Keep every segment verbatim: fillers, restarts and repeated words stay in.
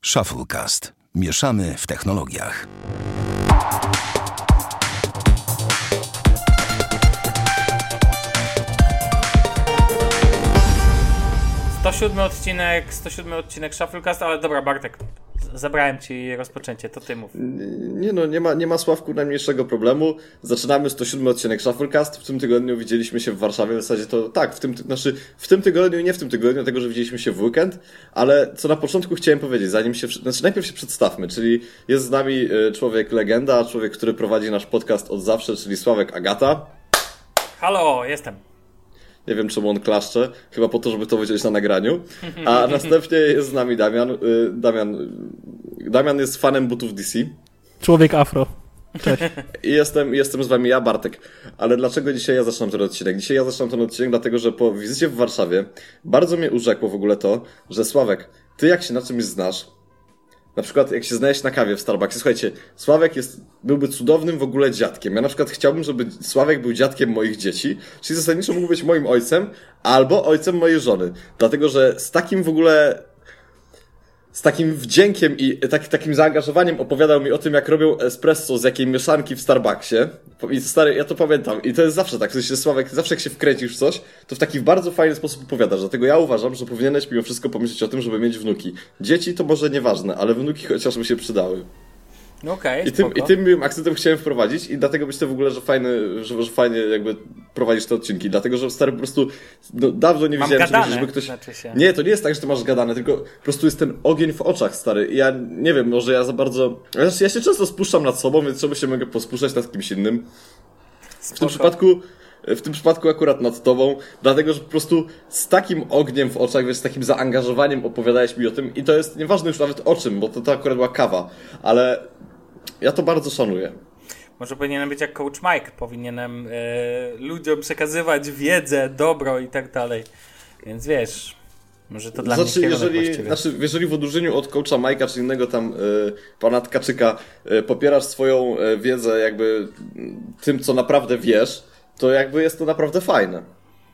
Shufflecast. Mieszamy w technologiach. sto siódmy odcinek, sto siódmy odcinek Shufflecast, ale dobra, Bartek, zabrałem ci rozpoczęcie, to ty mów. Nie no, nie ma, nie ma Sławku najmniejszego problemu. Zaczynamy sto siódmy odcinek Shufflecast. W tym tygodniu widzieliśmy się w Warszawie, w zasadzie to tak, w tym, znaczy w tym tygodniu i nie w tym tygodniu, dlatego że widzieliśmy się w weekend, ale co na początku chciałem powiedzieć, zanim się, znaczy najpierw się przedstawmy, czyli jest z nami człowiek legenda, człowiek, który prowadzi nasz podcast od zawsze, czyli Sławek Agata. Halo, jestem. Nie wiem, czemu on klaszcze. Chyba po to, żeby to wyciąć na nagraniu. A następnie jest z nami Damian. Damian, Damian jest fanem butów D C. Człowiek afro. Cześć. I jestem, jestem z wami ja, Bartek. Ale dlaczego dzisiaj ja zaczynam ten odcinek? Dzisiaj ja zaczynam ten odcinek, dlatego że po wizycie w Warszawie bardzo mnie urzekło w ogóle to, że Sławek, ty jak się na czymś znasz, na przykład jak się znajesz na kawie w Starbucksie, słuchajcie, Sławek jest, byłby cudownym w ogóle dziadkiem. Ja na przykład chciałbym, żeby Sławek był dziadkiem moich dzieci, czyli zasadniczo mógł być moim ojcem albo ojcem mojej żony. Dlatego, że z takim w ogóle, z takim wdziękiem i tak, takim zaangażowaniem opowiadał mi o tym, jak robią espresso z jakiej mieszanki w Starbucksie. I stary, ja to pamiętam. I to jest zawsze tak, w sensie Sławek, zawsze jak się wkręcisz w coś, to w taki bardzo fajny sposób opowiadasz. Dlatego ja uważam, że powinieneś mimo wszystko pomyśleć o tym, żeby mieć wnuki. Dzieci to może nieważne, ale wnuki chociażby się przydały. Okej, I tym, i tym miłym akcentem chciałem wprowadzić i dlatego myślę w ogóle, że fajny, że, że fajnie jakby prowadzisz te odcinki, dlatego że stary po prostu no, dawno nie Mam widziałem gadane, czegoś, żeby ktoś... znaczy się. Nie, to nie jest tak, że ty masz gadane, tylko po prostu jest ten ogień w oczach, stary. I ja nie wiem, może ja za bardzo... Ja się często spuszczam nad sobą, więc czemu się mogę pospuszczać nad kimś innym. W tym przypadku... W tym przypadku akurat nad tobą, dlatego, że po prostu z takim ogniem w oczach, wiesz, z takim zaangażowaniem opowiadałeś mi o tym i to jest nieważne już nawet o czym, bo to, to akurat była kawa, ale ja to bardzo szanuję. Może powinienem być jak Coach Mike, powinienem e, ludziom przekazywać wiedzę, dobro i tak dalej, więc wiesz, może to dla znaczy, mnie jeżeli, znaczy, jeżeli w odróżnieniu od coacha Majka czy innego tam y, pana Tkaczyka y, popierasz swoją y, wiedzę jakby y, tym, co naprawdę wiesz, to jakby jest to naprawdę fajne.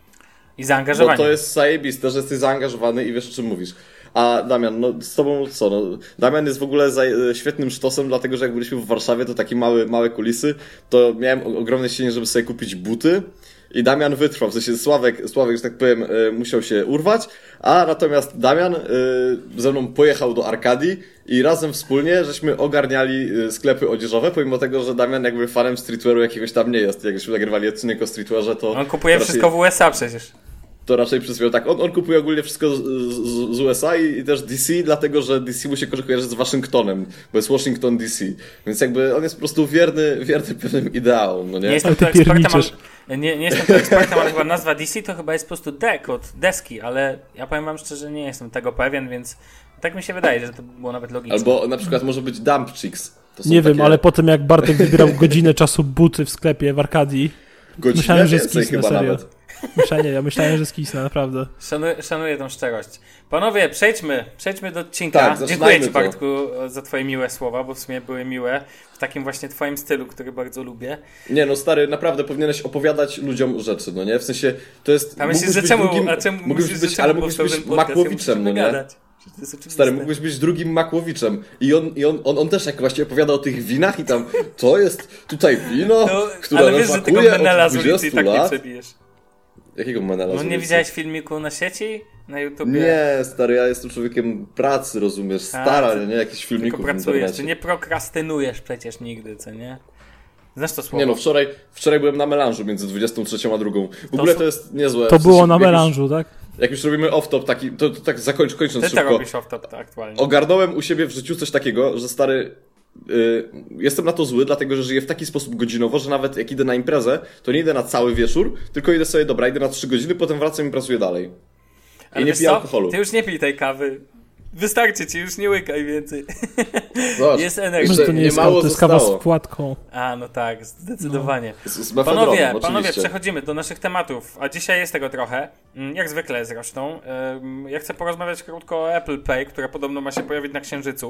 I zaangażowanie. Bo to jest zajebiste, że jesteś zaangażowany i wiesz, o czym mówisz. A Damian, no z tobą co? No, Damian jest w ogóle za, świetnym sztosem, dlatego że jak byliśmy w Warszawie, to takie małe, małe kulisy, to miałem ogromne sienie, żeby sobie kupić buty i Damian wytrwał. W sensie Sławek, Sławek, że tak powiem, musiał się urwać, a natomiast Damian y, ze mną pojechał do Arkadii i razem wspólnie żeśmy ogarniali sklepy odzieżowe, pomimo tego, że Damian jakby fanem streetwearu jakiegoś tam nie jest. Jak żeśmy nagrywali odcinek o streetwearze, to... On kupuje wszystko w U S A przecież. To raczej przyspiał tak. On, on kupuje ogólnie wszystko z, z, z U S A i, i też D C, dlatego że D C mu się kojarzy z Waszyngtonem, bo jest Washington D C. Więc jakby on jest po prostu wierny, wierny pewnym ideałom, no nie? Nie jestem tu ekspertem, ale, nie, nie jestem tu ekspertem, ale chyba nazwa D C to chyba jest po prostu deck od deski, ale ja powiem wam szczerze, nie jestem tego pewien, więc tak mi się wydaje, że to było nawet logiczne. Albo na przykład może być Dump Chicks. To są nie takie... wiem, ale po tym jak Bartek wybierał godzinę czasu buty w sklepie w Arkadii, Godzinę myślałem, że więcej skisnę, chyba serio. nawet. Myślałem, nie, ja myślałem, że skisnę, naprawdę. Szanuję, szanuję tą szczerość. Panowie, przejdźmy, przejdźmy do odcinka. Tak, dziękuję ci, to. Bartku, za twoje miłe słowa, bo w sumie były miłe. W takim właśnie twoim stylu, który bardzo lubię. Nie no, stary, naprawdę powinieneś opowiadać ludziom rzeczy, no nie? W sensie, to jest... A myślisz, że czemu, drugim, a czemu, mógłbyś myślisz, być, że czemu ale mógłbyś być Makłowiczem, no nie? Stary, mógłbyś być drugim Makłowiczem. I on, i on, on, on też jak właśnie opowiada o tych winach i tam, to jest tutaj wino, no, które ale wiesz, że tego Menela z ulicy i tak nie przebijesz. Jakiego Menela? No nie widziałeś filmiku na sieci? Na YouTubie? Nie, stary, ja jestem człowiekiem pracy, rozumiesz? Stara, A, nie? Jakichś filmików tylko w pracujesz, internecie. ty nie prokrastynujesz przecież nigdy, co nie? Znasz to słowo? Nie no, wczoraj, wczoraj byłem na melanżu między dwudziestą trzecią a drugą. W ogóle to, to jest niezłe. To w było sensie, na melanżu, już, tak? Jak już robimy off-top taki, to, to tak zakończ, kończąc Ty szybko. to robisz off-top to aktualnie. Ogarnąłem u siebie w życiu coś takiego, że stary... Yy, jestem na to zły, dlatego że żyję w taki sposób godzinowo, że nawet jak idę na imprezę, to nie idę na cały wieczór, tylko idę sobie, dobra, idę na trzy godziny, potem wracam i pracuję dalej. Ale I nie piję co? alkoholu. Ty już nie pij tej kawy. Wystarczy ci, już nie łykaj więcej. Zobacz, jest energia. Może to nie, nie jest kawa, to jest kawa z wkładką. A, no tak, zdecydowanie. No. Z, z panowie, oczywiście. panowie, przechodzimy do naszych tematów, a dzisiaj jest tego trochę, jak zwykle zresztą. Ja chcę porozmawiać krótko o Apple Pay, które podobno ma się pojawić na Księżycu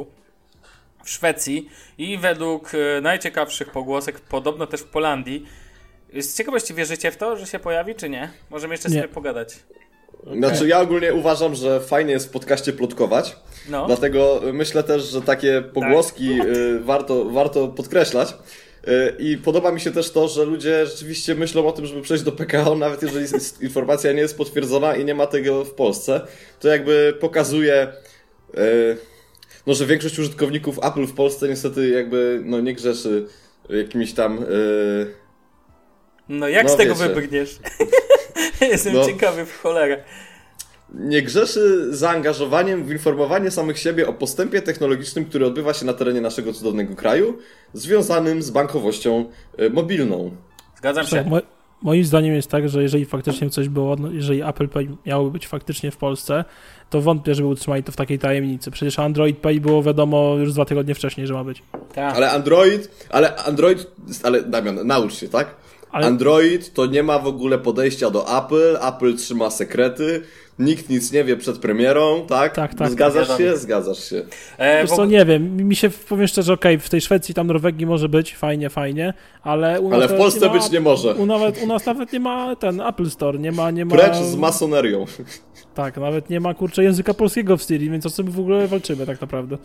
w Szwecji i według najciekawszych pogłosek podobno też w Polandii. Z ciekawości wierzycie w to, że się pojawi, czy nie? Możemy jeszcze nie. sobie pogadać. Znaczy ja ogólnie uważam, że fajnie jest w podcaście plotkować, No. dlatego myślę też, że takie pogłoski Tak. y, warto, warto podkreślać. Y, I podoba mi się też to, że ludzie rzeczywiście myślą o tym, żeby przejść do P K O, nawet jeżeli jest, informacja nie jest potwierdzona i nie ma tego w Polsce. To jakby pokazuje, y, no, że większość użytkowników Apple w Polsce niestety jakby no, nie grzeszy jakimiś tam... Y, No jak no, z tego wiecie. wybrniesz? Jestem No. ciekawy w cholerę. Nie grzeszy zaangażowaniem w informowanie samych siebie o postępie technologicznym, który odbywa się na terenie naszego cudownego kraju, związanym z bankowością y, mobilną. Zgadzam się. Mo- moim zdaniem jest tak, że jeżeli faktycznie coś było, no, jeżeli Apple Pay miało być faktycznie w Polsce, to wątpię, żeby utrzymali to w takiej tajemnicy. Przecież Android Pay było wiadomo już dwa tygodnie wcześniej, że ma być. Tak. Ale Android, ale Android, ale Damian, naucz się, tak? Ale- Android to nie ma w ogóle podejścia do Apple, Apple trzyma sekrety, nikt nic nie wie przed premierą, tak? Tak, tak, Zgadzasz tak. się? Zgadzasz się. E, Wiesz bo- co, nie wiem, mi się, powiem szczerze, okej, w tej Szwecji, tam Norwegii może być, fajnie, fajnie, ale u nas Ale w nawet Polsce nie ma, być nie może. U, nawet, u nas nawet nie ma ten Apple Store, nie ma, nie ma... Precz z masonerią. Tak, nawet nie ma, kurczę, języka polskiego w Siri, więc o co my w ogóle walczymy tak naprawdę?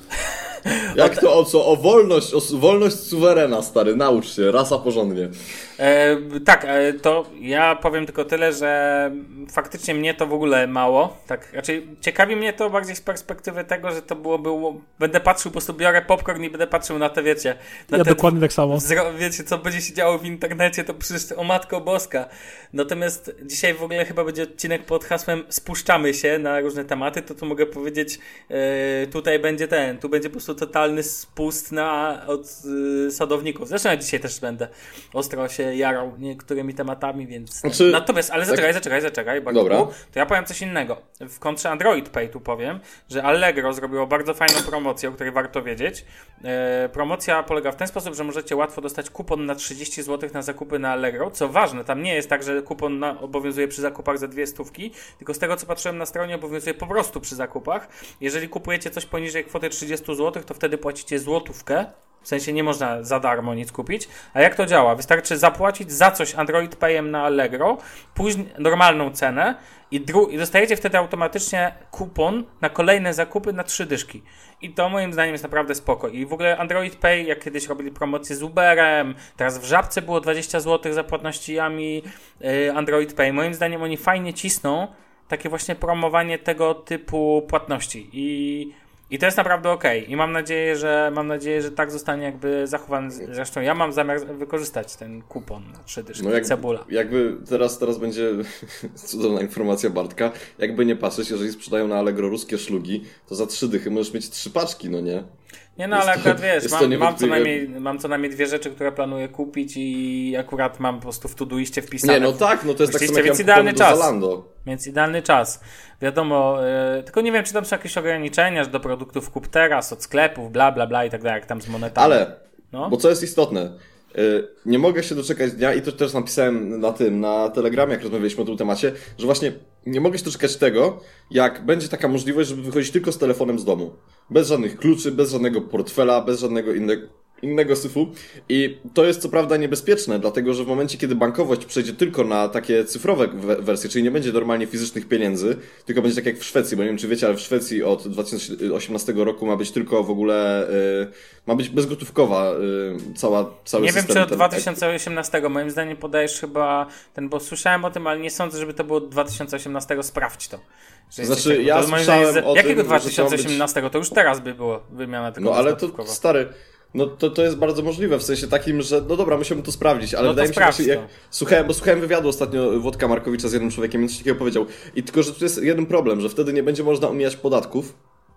Jak to o co? O wolność, o su- wolność suwerena, stary, naucz się, rasa porządnie. E, tak, e, to ja powiem tylko tyle, że faktycznie mnie to w ogóle mało. Tak, raczej ciekawi mnie to bardziej z perspektywy tego, że to było, było będę patrzył, po prostu biorę popcorn i będę patrzył na te, wiecie, na Ja te dokładnie tak samo. Zro- wiecie, co będzie się działo w internecie, to przecież o Matko Boska. Natomiast dzisiaj w ogóle chyba będzie odcinek pod hasłem spuszczamy się na różne tematy, to tu mogę powiedzieć, e, tutaj będzie ten, tu będzie po prostu totalny spust na, od e, sadowników. Zresztą ja dzisiaj też będę ostro się jarał niektórymi tematami, więc... Znaczy, Natomiast, ale tak- zaczekaj, zaczekaj, zaczekaj, Bartku, Dobra. to ja powiem coś innego. W kontrze Android Pay tu powiem, że Allegro zrobiło bardzo fajną promocję, o której warto wiedzieć. E, promocja polega w ten sposób, że możecie łatwo dostać kupon na trzydzieści złotych na zakupy na Allegro. Co ważne, tam nie jest tak, że kupon na, obowiązuje przy zakupach za dwie stówki, tylko z tego, co patrzyłem na stronie, obowiązuje po prostu przy zakupach. Jeżeli kupujecie coś poniżej kwoty trzydzieści złotych, to wtedy płacicie złotówkę. W sensie nie można za darmo nic kupić. A jak to działa? Wystarczy zapłacić za coś Android Payem na Allegro, później normalną cenę i, dru- i dostajecie wtedy automatycznie kupon na kolejne zakupy na trzy dyszki. I to moim zdaniem jest naprawdę spoko. I w ogóle Android Pay, jak kiedyś robili promocję z Uberem, teraz w Żabce było dwadzieścia złotych za płatnościami yy, Android Pay. Moim zdaniem oni fajnie cisną takie właśnie promowanie tego typu płatności. I I to jest naprawdę okej. I mam nadzieję, że mam nadzieję, że tak zostanie jakby zachowany. Zresztą ja mam zamiar wykorzystać ten kupon na trzy dyszki, No jak, cebula. jakby teraz, teraz będzie cudowna informacja Bartka. Jakby nie patrzeć, jeżeli sprzedają na Allegro ruskie szlugi, to za trzy dychy możesz mieć trzy paczki, no nie? Nie no, Jest ale to- akurat wiesz, jest to mam, mam, co niewątpliwie- najmniej, mam co najmniej dwie rzeczy, które planuję kupić i akurat mam po prostu w Todoiście wpisane. Nie, no tak, no to jest tak samo jak Więc ja idealny kupony do czas. Zalando. Więc idealny czas. Wiadomo, yy, tylko nie wiem, czy tam są jakieś ograniczenia, że do produktów kup teraz, od sklepów, bla, bla, bla i tak dalej, jak tam z monetami. Ale, No. bo co jest istotne, y, nie mogę się doczekać dnia, i to też napisałem na tym, na Telegramie, jak rozmawialiśmy o tym temacie, że właśnie nie mogę się doczekać tego, jak będzie taka możliwość, żeby wychodzić tylko z telefonem z domu. Bez żadnych kluczy, bez żadnego portfela, bez żadnego innego, innego syfu. I to jest co prawda niebezpieczne, dlatego że w momencie, kiedy bankowość przejdzie tylko na takie cyfrowe we- wersje, czyli nie będzie normalnie fizycznych pieniędzy, tylko będzie tak jak w Szwecji, bo nie wiem, czy wiecie, ale w Szwecji od dwa tysiące osiemnastego roku ma być tylko w ogóle, y, ma być bezgotówkowa y, cała, cały Nie wiem, system. czy od ten- dwa tysiące osiemnastego, moim zdaniem podajesz chyba ten, bo słyszałem o tym, ale nie sądzę, żeby to było od dwa tysiące osiemnastego, sprawdź to. Że Znaczy, jesteś- ja to moim słyszałem zdaniem- o tym, Jakiego że to ma dwa tysiące osiemnastego? To już teraz by było wymiana tego No ale to, bezgotówkowa. stary, no to, to jest bardzo możliwe, w sensie takim, że no dobra, musimy to sprawdzić, ale No to wydaje mi się, sprawdź właśnie, to. jak słuchałem, bo słuchałem wywiadu ostatnio Włodka Markowicza z jednym człowiekiem, coś takiego powiedział. I tylko, że tu jest jeden problem, że wtedy nie będzie można omijać podatków.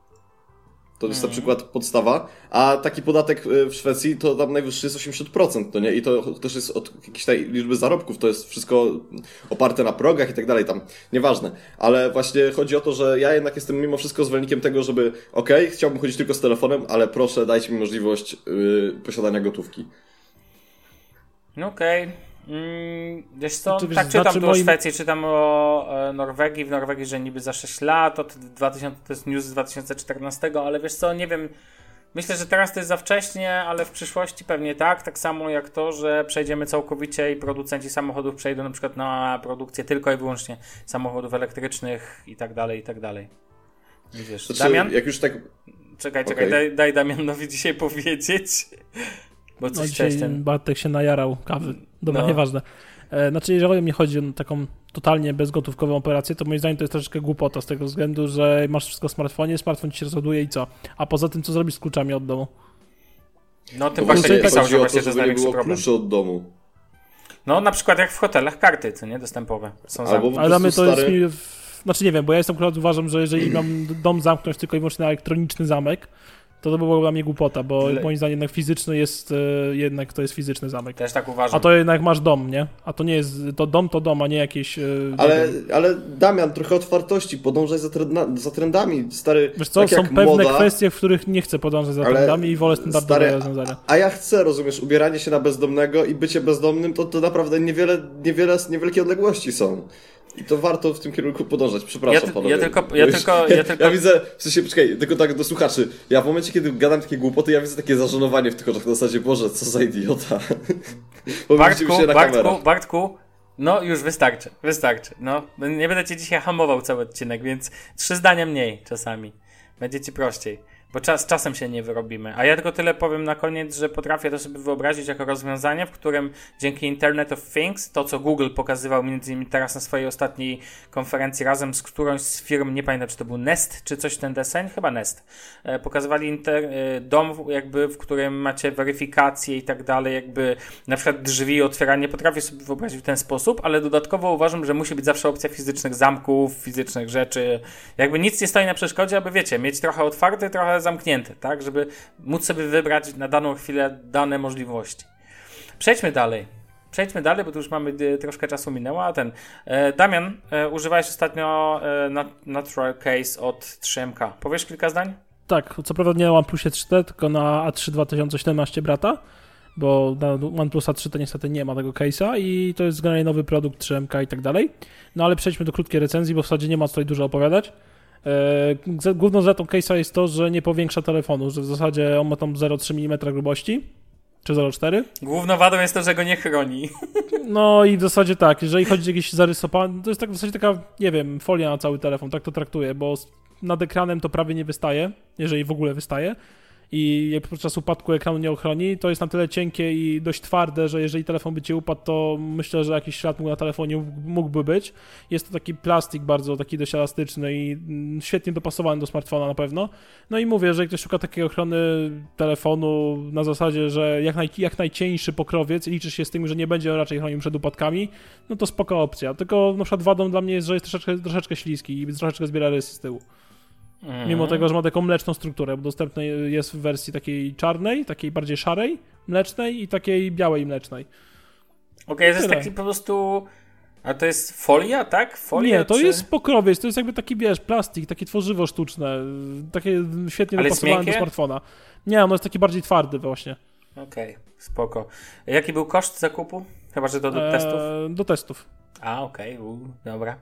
To jest na przykład podstawa, a taki podatek y, w Szwecji to tam najwyższy jest osiemdziesiąt procent, to nie? I to też jest od jakiejś tej liczby zarobków, to jest wszystko oparte na progach i tak dalej, tam, nieważne. Ale właśnie chodzi o to, że ja jednak jestem mimo wszystko zwolennikiem tego, żeby okej, chciałbym chodzić tylko z telefonem, ale proszę dajcie mi możliwość y, posiadania gotówki. No okej. Mm, wiesz co, Znaczy, wiesz, tak czytam znaczy tu o moim- Szwecji, czytam o e, Norwegii, w Norwegii, że niby za sześć lat, od dwa tysiące, to jest news z dwa tysiące czternastego, ale wiesz co, nie wiem, Myślę, że teraz to jest za wcześnie, ale w przyszłości pewnie tak. Tak samo jak to, że przejdziemy całkowicie i producenci samochodów przejdą na przykład na produkcję tylko i wyłącznie samochodów elektrycznych i tak dalej, i tak dalej. Wiesz, Znaczy, Damian? Jak już tak... Czekaj, czekaj, okay. daj, daj Damianowi dzisiaj powiedzieć. Bo coś no, dzisiaj ten... Bartek się najarał kawy. Dobra, no. nieważne. E, znaczy, jeżeli mi chodzi o taką totalnie bezgotówkową operację, to moim zdaniem to jest troszeczkę głupota z tego względu, że masz wszystko w smartfonie, smartfon ci się rozładuje i co? A poza tym, co zrobisz z kluczami od domu? No, tym no właśnie pisał, chodzi że o właśnie to, to jest żeby nie największy było problem. kluczy od domu. No, na przykład jak w hotelach karty, co nie? Dostępowe są Albo za... Ale dla mnie to stary... jest mi... W... Znaczy nie wiem, bo ja jestem akurat uważam, że jeżeli mam dom zamknąć tylko i wyłącznie na elektroniczny zamek, to to by była dla mnie głupota, bo Le... moim zdaniem jednak fizyczny jest, jednak to jest fizyczny zamek. Też tak uważam. A to jednak masz dom, nie? A to nie jest, to dom to dom, a nie jakieś... Ale, ale Damian, trochę otwartości, podążaj za, trenda, za trendami, stary. Wiesz co, tak są jak pewne moda, kwestie, w których nie chcę podążać za trendami i wolę standardowe stary, rozwiązania. A, a ja chcę, rozumiesz, ubieranie się na bezdomnego i bycie bezdomnym, to, to naprawdę niewiele, niewiele, niewielkie odległości są. I to warto w tym kierunku podążać. Przepraszam, ja, panowie. Ja tylko, ja, tylko, ja, tylko... ja widzę, w sensie, poczekaj, tylko tak do słuchaczy. Ja w momencie, kiedy gadam takie głupoty, ja widzę takie zażenowanie w tych oczach. Na zasadzie, Boże, co za idiota. Bartku, się na Bartku, Bartku, no już wystarczy, wystarczy. No, nie będę cię dzisiaj hamował cały odcinek, więc trzy zdania mniej czasami. Będzie ci prościej. Bo czas, czasem się nie wyrobimy. A ja tylko tyle powiem na koniec, że potrafię to sobie wyobrazić jako rozwiązanie, w którym dzięki Internet of Things, to co Google pokazywał między innymi teraz na swojej ostatniej konferencji razem z którąś z firm, nie pamiętam czy to był Nest, czy coś ten deseń, chyba Nest, e, pokazywali inter, e, dom jakby, w którym macie weryfikację i tak dalej, jakby na przykład drzwi, otwieranie, potrafię sobie wyobrazić w ten sposób, ale dodatkowo uważam, że musi być zawsze opcja fizycznych zamków, fizycznych rzeczy, jakby nic nie stoi na przeszkodzie, aby wiecie, mieć trochę otwarte, trochę zamknięte, tak, żeby móc sobie wybrać na daną chwilę dane możliwości. Przejdźmy dalej. Przejdźmy dalej, bo tu już mamy y, troszkę czasu minęło, a ten e, Damian, e, używałeś ostatnio e, nat- Natural Case od trzy M K. Powiesz kilka zdań? Tak, co prawda nie na OnePlusie trzy T, tylko na A trzy dwa tysiące siedemnaście brata, bo na OnePlusa trzy T niestety nie ma tego case'a i to jest generalnie nowy produkt trzy M K i tak dalej. No ale przejdźmy do krótkiej recenzji, bo w zasadzie nie ma co tutaj dużo opowiadać. Główną zaletą case'a jest to, że nie powiększa telefonu, że w zasadzie on ma tam zero przecinek trzy milimetra grubości, czy zero przecinek cztery. Główną wadą jest to, że go nie chroni. No i w zasadzie tak, jeżeli chodzi o jakieś zarysowanie, to jest tak w zasadzie taka, nie wiem, folia na cały telefon, tak to traktuję, bo nad ekranem to prawie nie wystaje, jeżeli w ogóle wystaje. I jak podczas upadku ekranu nie ochroni, to jest na tyle cienkie i dość twarde, że jeżeli telefon by ci upadł, to myślę, że jakiś ślad mógł na telefonie mógłby być. Jest to taki plastik bardzo taki dość elastyczny i świetnie dopasowany do smartfona na pewno. No i mówię, że jak ktoś szuka takiej ochrony telefonu na zasadzie, że jak, naj, jak najcieńszy pokrowiec i liczy się z tym, że nie będzie raczej chronił przed upadkami, no to spoko opcja. Tylko na przykład wadą dla mnie jest, że jest troszeczkę, troszeczkę śliski i troszeczkę zbiera rysy z tyłu. Mm. Mimo tego, że ma taką mleczną strukturę, bo dostępny jest w wersji takiej czarnej, takiej bardziej szarej, mlecznej i takiej białej mlecznej. Okej, okay, to jest taki po prostu... A to jest folia, tak? Folia, nie, to czy... jest pokrowiec, to jest jakby taki, wiesz, plastik, takie tworzywo sztuczne, takie świetnie Ale dopasowane do smartfona. Nie, ono jest taki bardziej twardy właśnie. Okej, okay, spoko. Jaki był koszt zakupu? Chyba, że to do eee, testów? Do testów. A, okej, okay, dobra.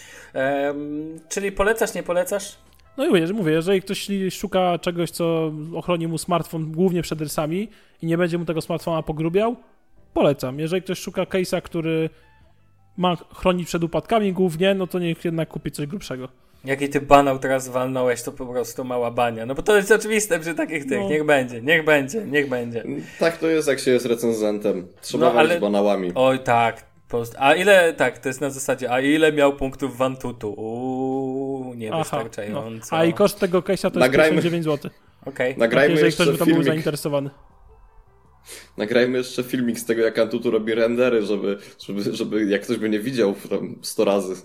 Ehm, czyli polecasz, nie polecasz? No i mówię, mówię, jeżeli ktoś szuka czegoś, co ochroni mu smartfon głównie przed rysami i nie będzie mu tego smartfona pogrubiał, polecam. Jeżeli ktoś szuka case'a, który ma chronić przed upadkami głównie, no to niech jednak kupi coś grubszego. Jaki ty banał teraz walnąłeś, to po prostu mała bania. No bo to jest oczywiste przy takich tych. No. Niech będzie, niech będzie, niech będzie. Tak to jest, jak się jest recenzentem. Trzeba no, walić ale... banałami. Oj tak. Post... A ile, tak, to jest na zasadzie, a ile miał punktów w Antutu? Uuu, niewystarczająco. No. A i koszt tego case'a to Nagrajmy... jest pięćdziesiąt dziewięć złotych. Okej. Okay. Nagrajmy jeżeli jeszcze ktoś by tam filmik. był zainteresowany. Nagrajmy jeszcze filmik z tego, jak Antutu robi rendery, żeby, żeby, żeby jak ktoś by nie widział tam sto razy.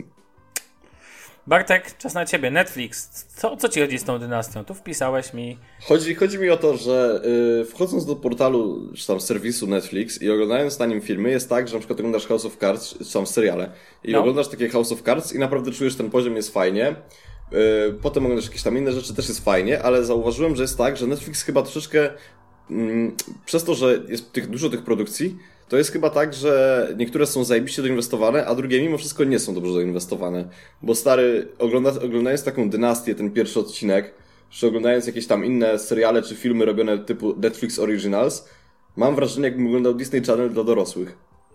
Bartek, czas na ciebie. Netflix. Co, co ci chodzi z tą dynastią? Tu wpisałeś mi... Chodzi, chodzi mi o to, że yy, wchodząc do portalu, czy tam serwisu Netflix i oglądając na nim filmy, jest tak, że na przykład oglądasz House of Cards, czy tam seriale, i no. oglądasz takie House of Cards i naprawdę czujesz, ten poziom jest fajnie. Yy, potem oglądasz jakieś tam inne rzeczy, też jest fajnie, ale zauważyłem, że jest tak, że Netflix chyba troszeczkę yy, przez to, że jest tych, dużo tych produkcji, to jest chyba tak, że niektóre są zajebiście doinwestowane, a drugie mimo wszystko nie są dobrze doinwestowane. Bo stary, ogląda, oglądając taką dynastię, ten pierwszy odcinek, czy oglądając jakieś tam inne seriale czy filmy robione typu Netflix Originals, mam wrażenie, jakbym oglądał Disney Channel dla dorosłych.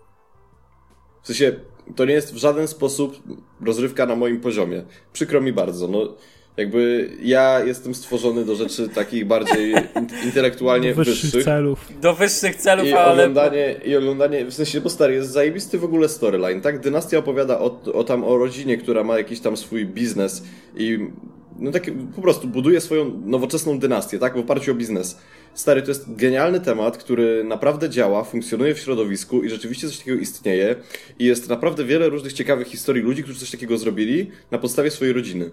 W sensie, to nie jest w żaden sposób rozrywka na moim poziomie. Przykro mi bardzo, no jakby ja jestem stworzony do rzeczy takich bardziej intelektualnie do wyższych. wyższych. celów. Do wyższych celów, I ale... oglądanie, I oglądanie, w sensie, bo stary, jest zajebisty w ogóle storyline, tak? Dynastia opowiada o, o tam o rodzinie, która ma jakiś tam swój biznes i no tak po prostu buduje swoją nowoczesną dynastię, tak? W oparciu o biznes. Stary, to jest genialny temat, który naprawdę działa, funkcjonuje w środowisku i rzeczywiście coś takiego istnieje i jest naprawdę wiele różnych ciekawych historii ludzi, którzy coś takiego zrobili na podstawie swojej rodziny.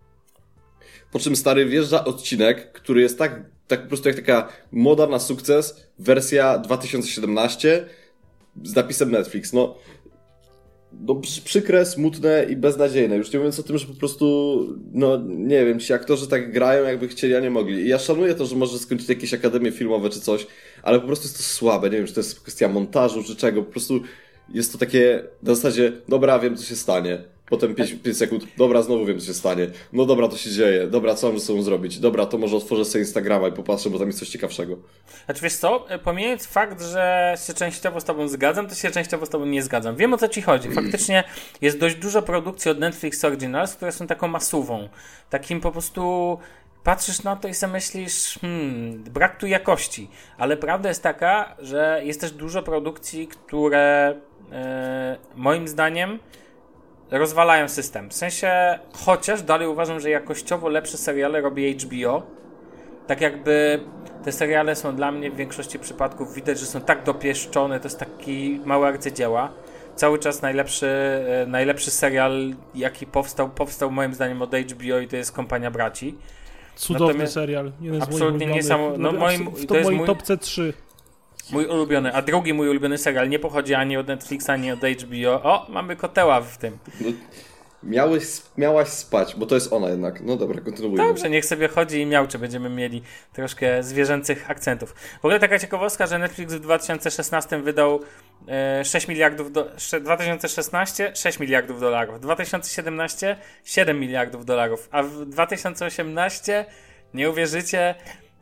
Po czym, stary, wjeżdża odcinek, który jest tak, tak po prostu jak taka moda na sukces, wersja dwa tysiące siedemnaście z napisem Netflix. No, no przykre, smutne i beznadziejne. Już nie mówiąc o tym, że po prostu, no nie wiem, ci aktorzy tak grają, jakby chcieli, a nie mogli. I ja szanuję to, że może skończyć jakieś akademie filmowe czy coś, ale po prostu jest to słabe. Nie wiem, czy to jest kwestia montażu czy czego. Po prostu jest to takie na zasadzie, dobra, wiem, co się stanie. Potem pięć sekund, dobra, znowu wiem, co się stanie. No dobra, to się dzieje. Dobra, co mam ze sobą zrobić? Dobra, to może otworzę sobie Instagrama i popatrzę, bo tam jest coś ciekawszego. Znaczy wiesz co, pomijając fakt, że się częściowo z tobą zgadzam, to się częściowo z tobą nie zgadzam. Wiem, o co ci chodzi. Faktycznie jest dość dużo produkcji od Netflix Originals, które są taką masową. Takim po prostu... Patrzysz na to i sobie myślisz, hmm, brak tu jakości. Ale prawda jest taka, że jest też dużo produkcji, które e, moim zdaniem rozwalają system. W sensie, chociaż dalej uważam, że jakościowo lepsze seriale robi H B O. Tak jakby te seriale są dla mnie w większości przypadków, widać, że są tak dopieszczone, to jest taki mały arcydzieła. Cały czas najlepszy, e, najlepszy serial, jaki powstał, powstał moim zdaniem od H B O i to jest Kompania Braci. Cudowny Natomiast serial. Jeden absolutnie niesamowity. No, moim, w to to jest mojej mój, topce trzy. mój ulubiony, a drugi mój ulubiony serial nie pochodzi ani od Netflixa, ani od H B O. O, mamy koteła w tym. No, miałeś, miałaś spać, bo to jest ona jednak. No dobra, kontynuujmy. Dobrze, niech sobie chodzi i miauczy. Będziemy mieli troszkę zwierzęcych akcentów. W ogóle taka ciekawostka, że Netflix w dwa tysiące szesnastym wydał e, sześć miliardów do, dwa tysiące szesnasty sześć miliardów dolarów, dwa tysiące siedemnasty siedem miliardów dolarów, a w dwa tysiące osiemnastym nie uwierzycie,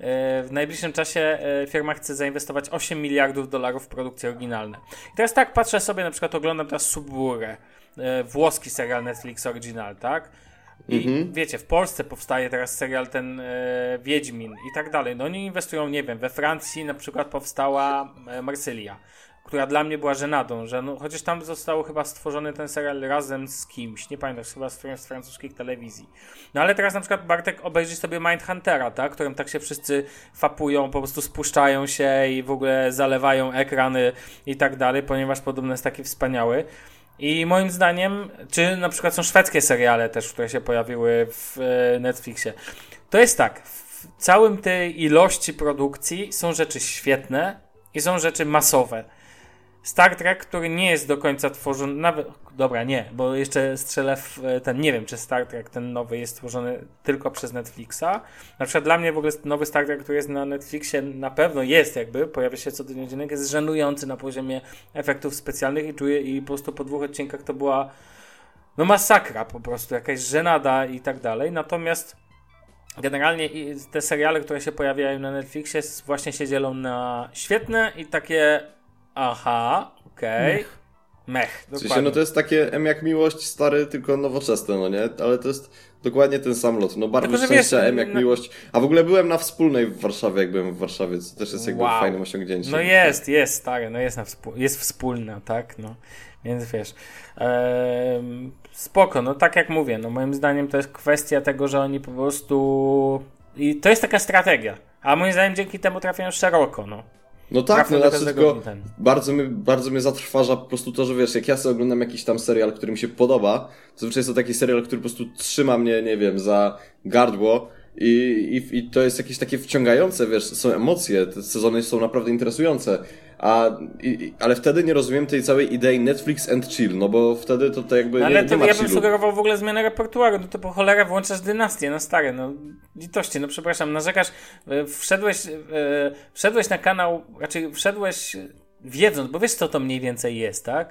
w najbliższym czasie firma chce zainwestować osiem miliardów dolarów w produkcje oryginalne. I teraz tak, patrzę sobie, na przykład oglądam teraz Suburę, włoski serial Netflix Original, tak? I mhm. wiecie, w Polsce powstaje teraz serial ten e, Wiedźmin i tak dalej. No oni inwestują, nie wiem, we Francji na przykład powstała e, Marsylia, która dla mnie była żenadą, że no, chociaż tam został chyba stworzony ten serial razem z kimś, nie pamiętam, chyba z którymś z francuskich telewizji. No ale teraz na przykład, Bartek, obejrzyj sobie Mindhuntera, tak, którym tak się wszyscy fapują, po prostu spuszczają się i w ogóle zalewają ekrany i tak dalej, ponieważ podobno jest taki wspaniały. I moim zdaniem, czy na przykład są szwedzkie seriale też, które się pojawiły w Netflixie. To jest tak, w całym tej ilości produkcji są rzeczy świetne i są rzeczy masowe. Star Trek, który nie jest do końca tworzony, nawet, dobra, nie, bo jeszcze strzelę w ten, nie wiem, czy Star Trek ten nowy jest tworzony tylko przez Netflixa. Na przykład dla mnie w ogóle nowy Star Trek, który jest na Netflixie, na pewno jest jakby, pojawia się co tydzień odcinek, jest żenujący na poziomie efektów specjalnych i czuję, i po prostu po dwóch odcinkach to była no masakra po prostu, jakaś żenada i tak dalej. Natomiast generalnie te seriale, które się pojawiają na Netflixie właśnie się dzielą na świetne i takie aha, okej. Okay. Mech. Mech, dokładnie. W sensie, no to jest takie M jak miłość, stary, tylko nowoczesne, no nie? Ale to jest dokładnie ten sam lot. No barwy szczęścia, M jak no... miłość. A w ogóle byłem na Wspólnej w Warszawie, jak byłem w Warszawie, co też jest jakby wow. fajnym osiągnięciem. No jest, jest, stary, no jest, na współ... jest wspólna, tak, no. Więc wiesz, eee, spoko, no tak jak mówię, no moim zdaniem to jest kwestia tego, że oni po prostu... I to jest taka strategia. A moim zdaniem dzięki temu trafiają szeroko, no. No tak, no znaczy tylko bardzo mnie, bardzo mnie zatrważa po prostu to, że wiesz, jak ja sobie oglądam jakiś tam serial, który mi się podoba, zazwyczaj jest to taki serial, który po prostu trzyma mnie, nie wiem, za gardło i, i, i to jest jakieś takie wciągające, wiesz, są emocje, te sezony są naprawdę interesujące, a, i, ale wtedy nie rozumiem tej całej idei Netflix and chill, no bo wtedy to, to jakby no, nie, ale nie to ma ja chillu. bym sugerował w ogóle zmianę repertuaru, no to po cholerę włączasz Dynastię, no stary, no litości, no przepraszam, narzekasz, wszedłeś, wszedłeś na kanał, raczej wszedłeś wiedząc, bo wiesz co to mniej więcej jest, tak?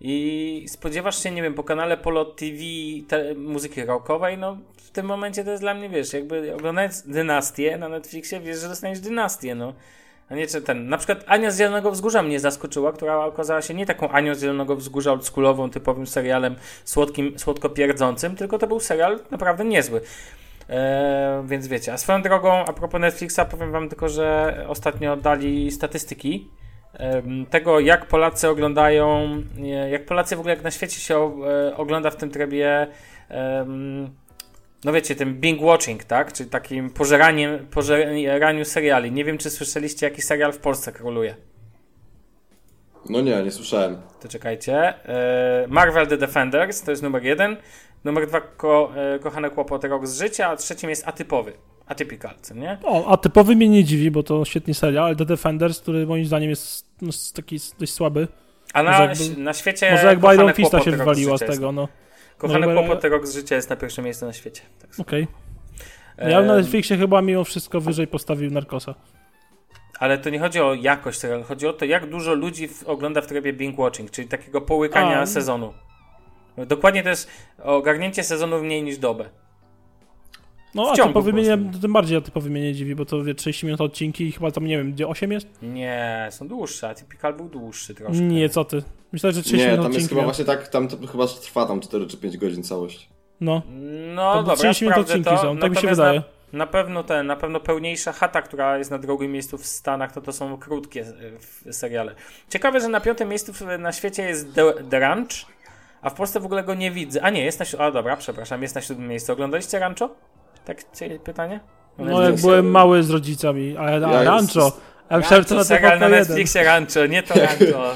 i spodziewasz się, nie wiem, po kanale Polo T V te, muzyki rockowej, no w tym momencie to jest dla mnie, wiesz, jakby oglądając Dynastię na Netflixie, wiesz, że dostaniesz Dynastię, no. A nie czy ten, na przykład Ania z Zielonego Wzgórza mnie zaskoczyła, która okazała się nie taką Anią z Zielonego Wzgórza oldschoolową, typowym serialem słodkim, słodko pierdzącym, tylko to był serial naprawdę niezły. Eee, więc wiecie, a swoją drogą, a propos Netflixa, powiem wam tylko, że ostatnio dali statystyki e, tego, jak Polacy oglądają, jak Polacy w ogóle, jak na świecie się o, e, ogląda w tym trybie, e, no wiecie, tym binge watching, tak? Czyli takim pożeraniem, pożeraniu seriali. Nie wiem, czy słyszeliście, jaki serial w Polsce króluje. No nie, nie słyszałem. To czekajcie. E, Marvel The Defenders, to jest numer jeden. Numer dwa, ko, e, Kochane Kłopoty, Rok z życia, a trzecim jest Atypowy. Atypical, co nie? O, Atypowy mnie nie dziwi, bo to świetny serial, ale The Defenders, który moim zdaniem jest no, taki dość słaby. A na, jakby, na świecie może jakby Iron Fista się wywaliła z jest. tego, no. Kochane no, Kłopoty, Rok z życia jest na pierwszym miejscu na świecie. Tak Okej. Okay. Ja bym na Netflixie chyba mimo wszystko wyżej postawił Narcosa. Ale to nie chodzi o jakość serialu, chodzi o to, jak dużo ludzi w, ogląda w trybie binge watching, czyli takiego połykania A. sezonu. Dokładnie to jest ogarnięcie sezonu w mniej niż dobę. No, a typowy mnie, tym bardziej a typowy mnie nie dziwi, bo to wie, trzydzieści minut odcinki i chyba tam, nie wiem, gdzie osiem jest? Nie, są dłuższe, a Typical był dłuższy troszkę. Nie, co ty? Myślę, że trzydzieści nie, minut tam jest odcinki. chyba właśnie tak, tam to chyba trwa tam cztery czy pięć godzin całość. No, no to dobra, trzydzieści minut odcinki to, są, tak mi się wydaje. Na, na pewno ten, na pewno pełniejsza Chata, która jest na drugim miejscu w Stanach, to to są krótkie seriale. Ciekawe, że na piątym miejscu na świecie jest The, The Ranch, a w Polsce w ogóle go nie widzę. A nie, jest na siódmym, a dobra, przepraszam, jest na siódmym miejscu. Oglądaliście Rancho? Tak, pytanie? No, jak byłem mały z rodzicami, a, a ja Rancho. Jest... Ja myślałem, że na serial na Netflixie Rancho, nie to Rancho.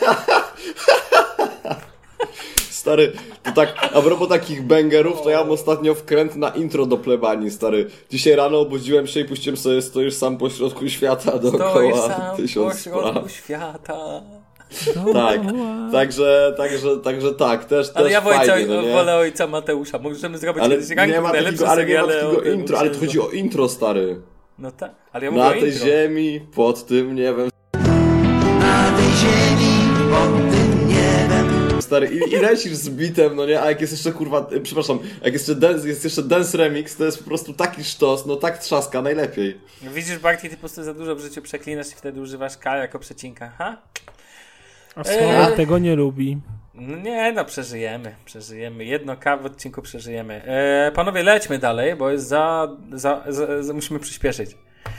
Stary, to tak, a propos takich bangerów, to ja mam ostatnio wkręt na intro do plebanii, stary. Dzisiaj rano obudziłem się i puściłem sobie Stoisz sam po środku świata dookoła sam tysiąc po środku spraw. świata. Tak, także, także, także tak, też, ale też ja fajnie, ojca, no nie? wolę Ojca Mateusza, możemy zrobić ale kiedyś ranking nie ma takiego, ale nie ma takiego intro, ale tu chodzi o intro, stary. No tak, ale ja mówię Na o tej intro. ziemi, pod tym niebem. Na tej ziemi, pod tym niebem. Stary, i, i lecisz z bitem, no nie? A jak jest jeszcze, kurwa, y, przepraszam, jak jest jeszcze, dance, jest jeszcze dance remix, to jest po prostu taki sztos, no tak trzaska, najlepiej. Widzisz, Bartek, ty po prostu za dużo w życiu przeklinasz i wtedy używasz K jako przecinka, ha? A Sławek eee. tego nie lubi. No nie, no przeżyjemy, przeżyjemy. Jedno K w odcinku przeżyjemy. Eee, panowie, lećmy dalej, bo jest za... za, za, za musimy przyspieszyć.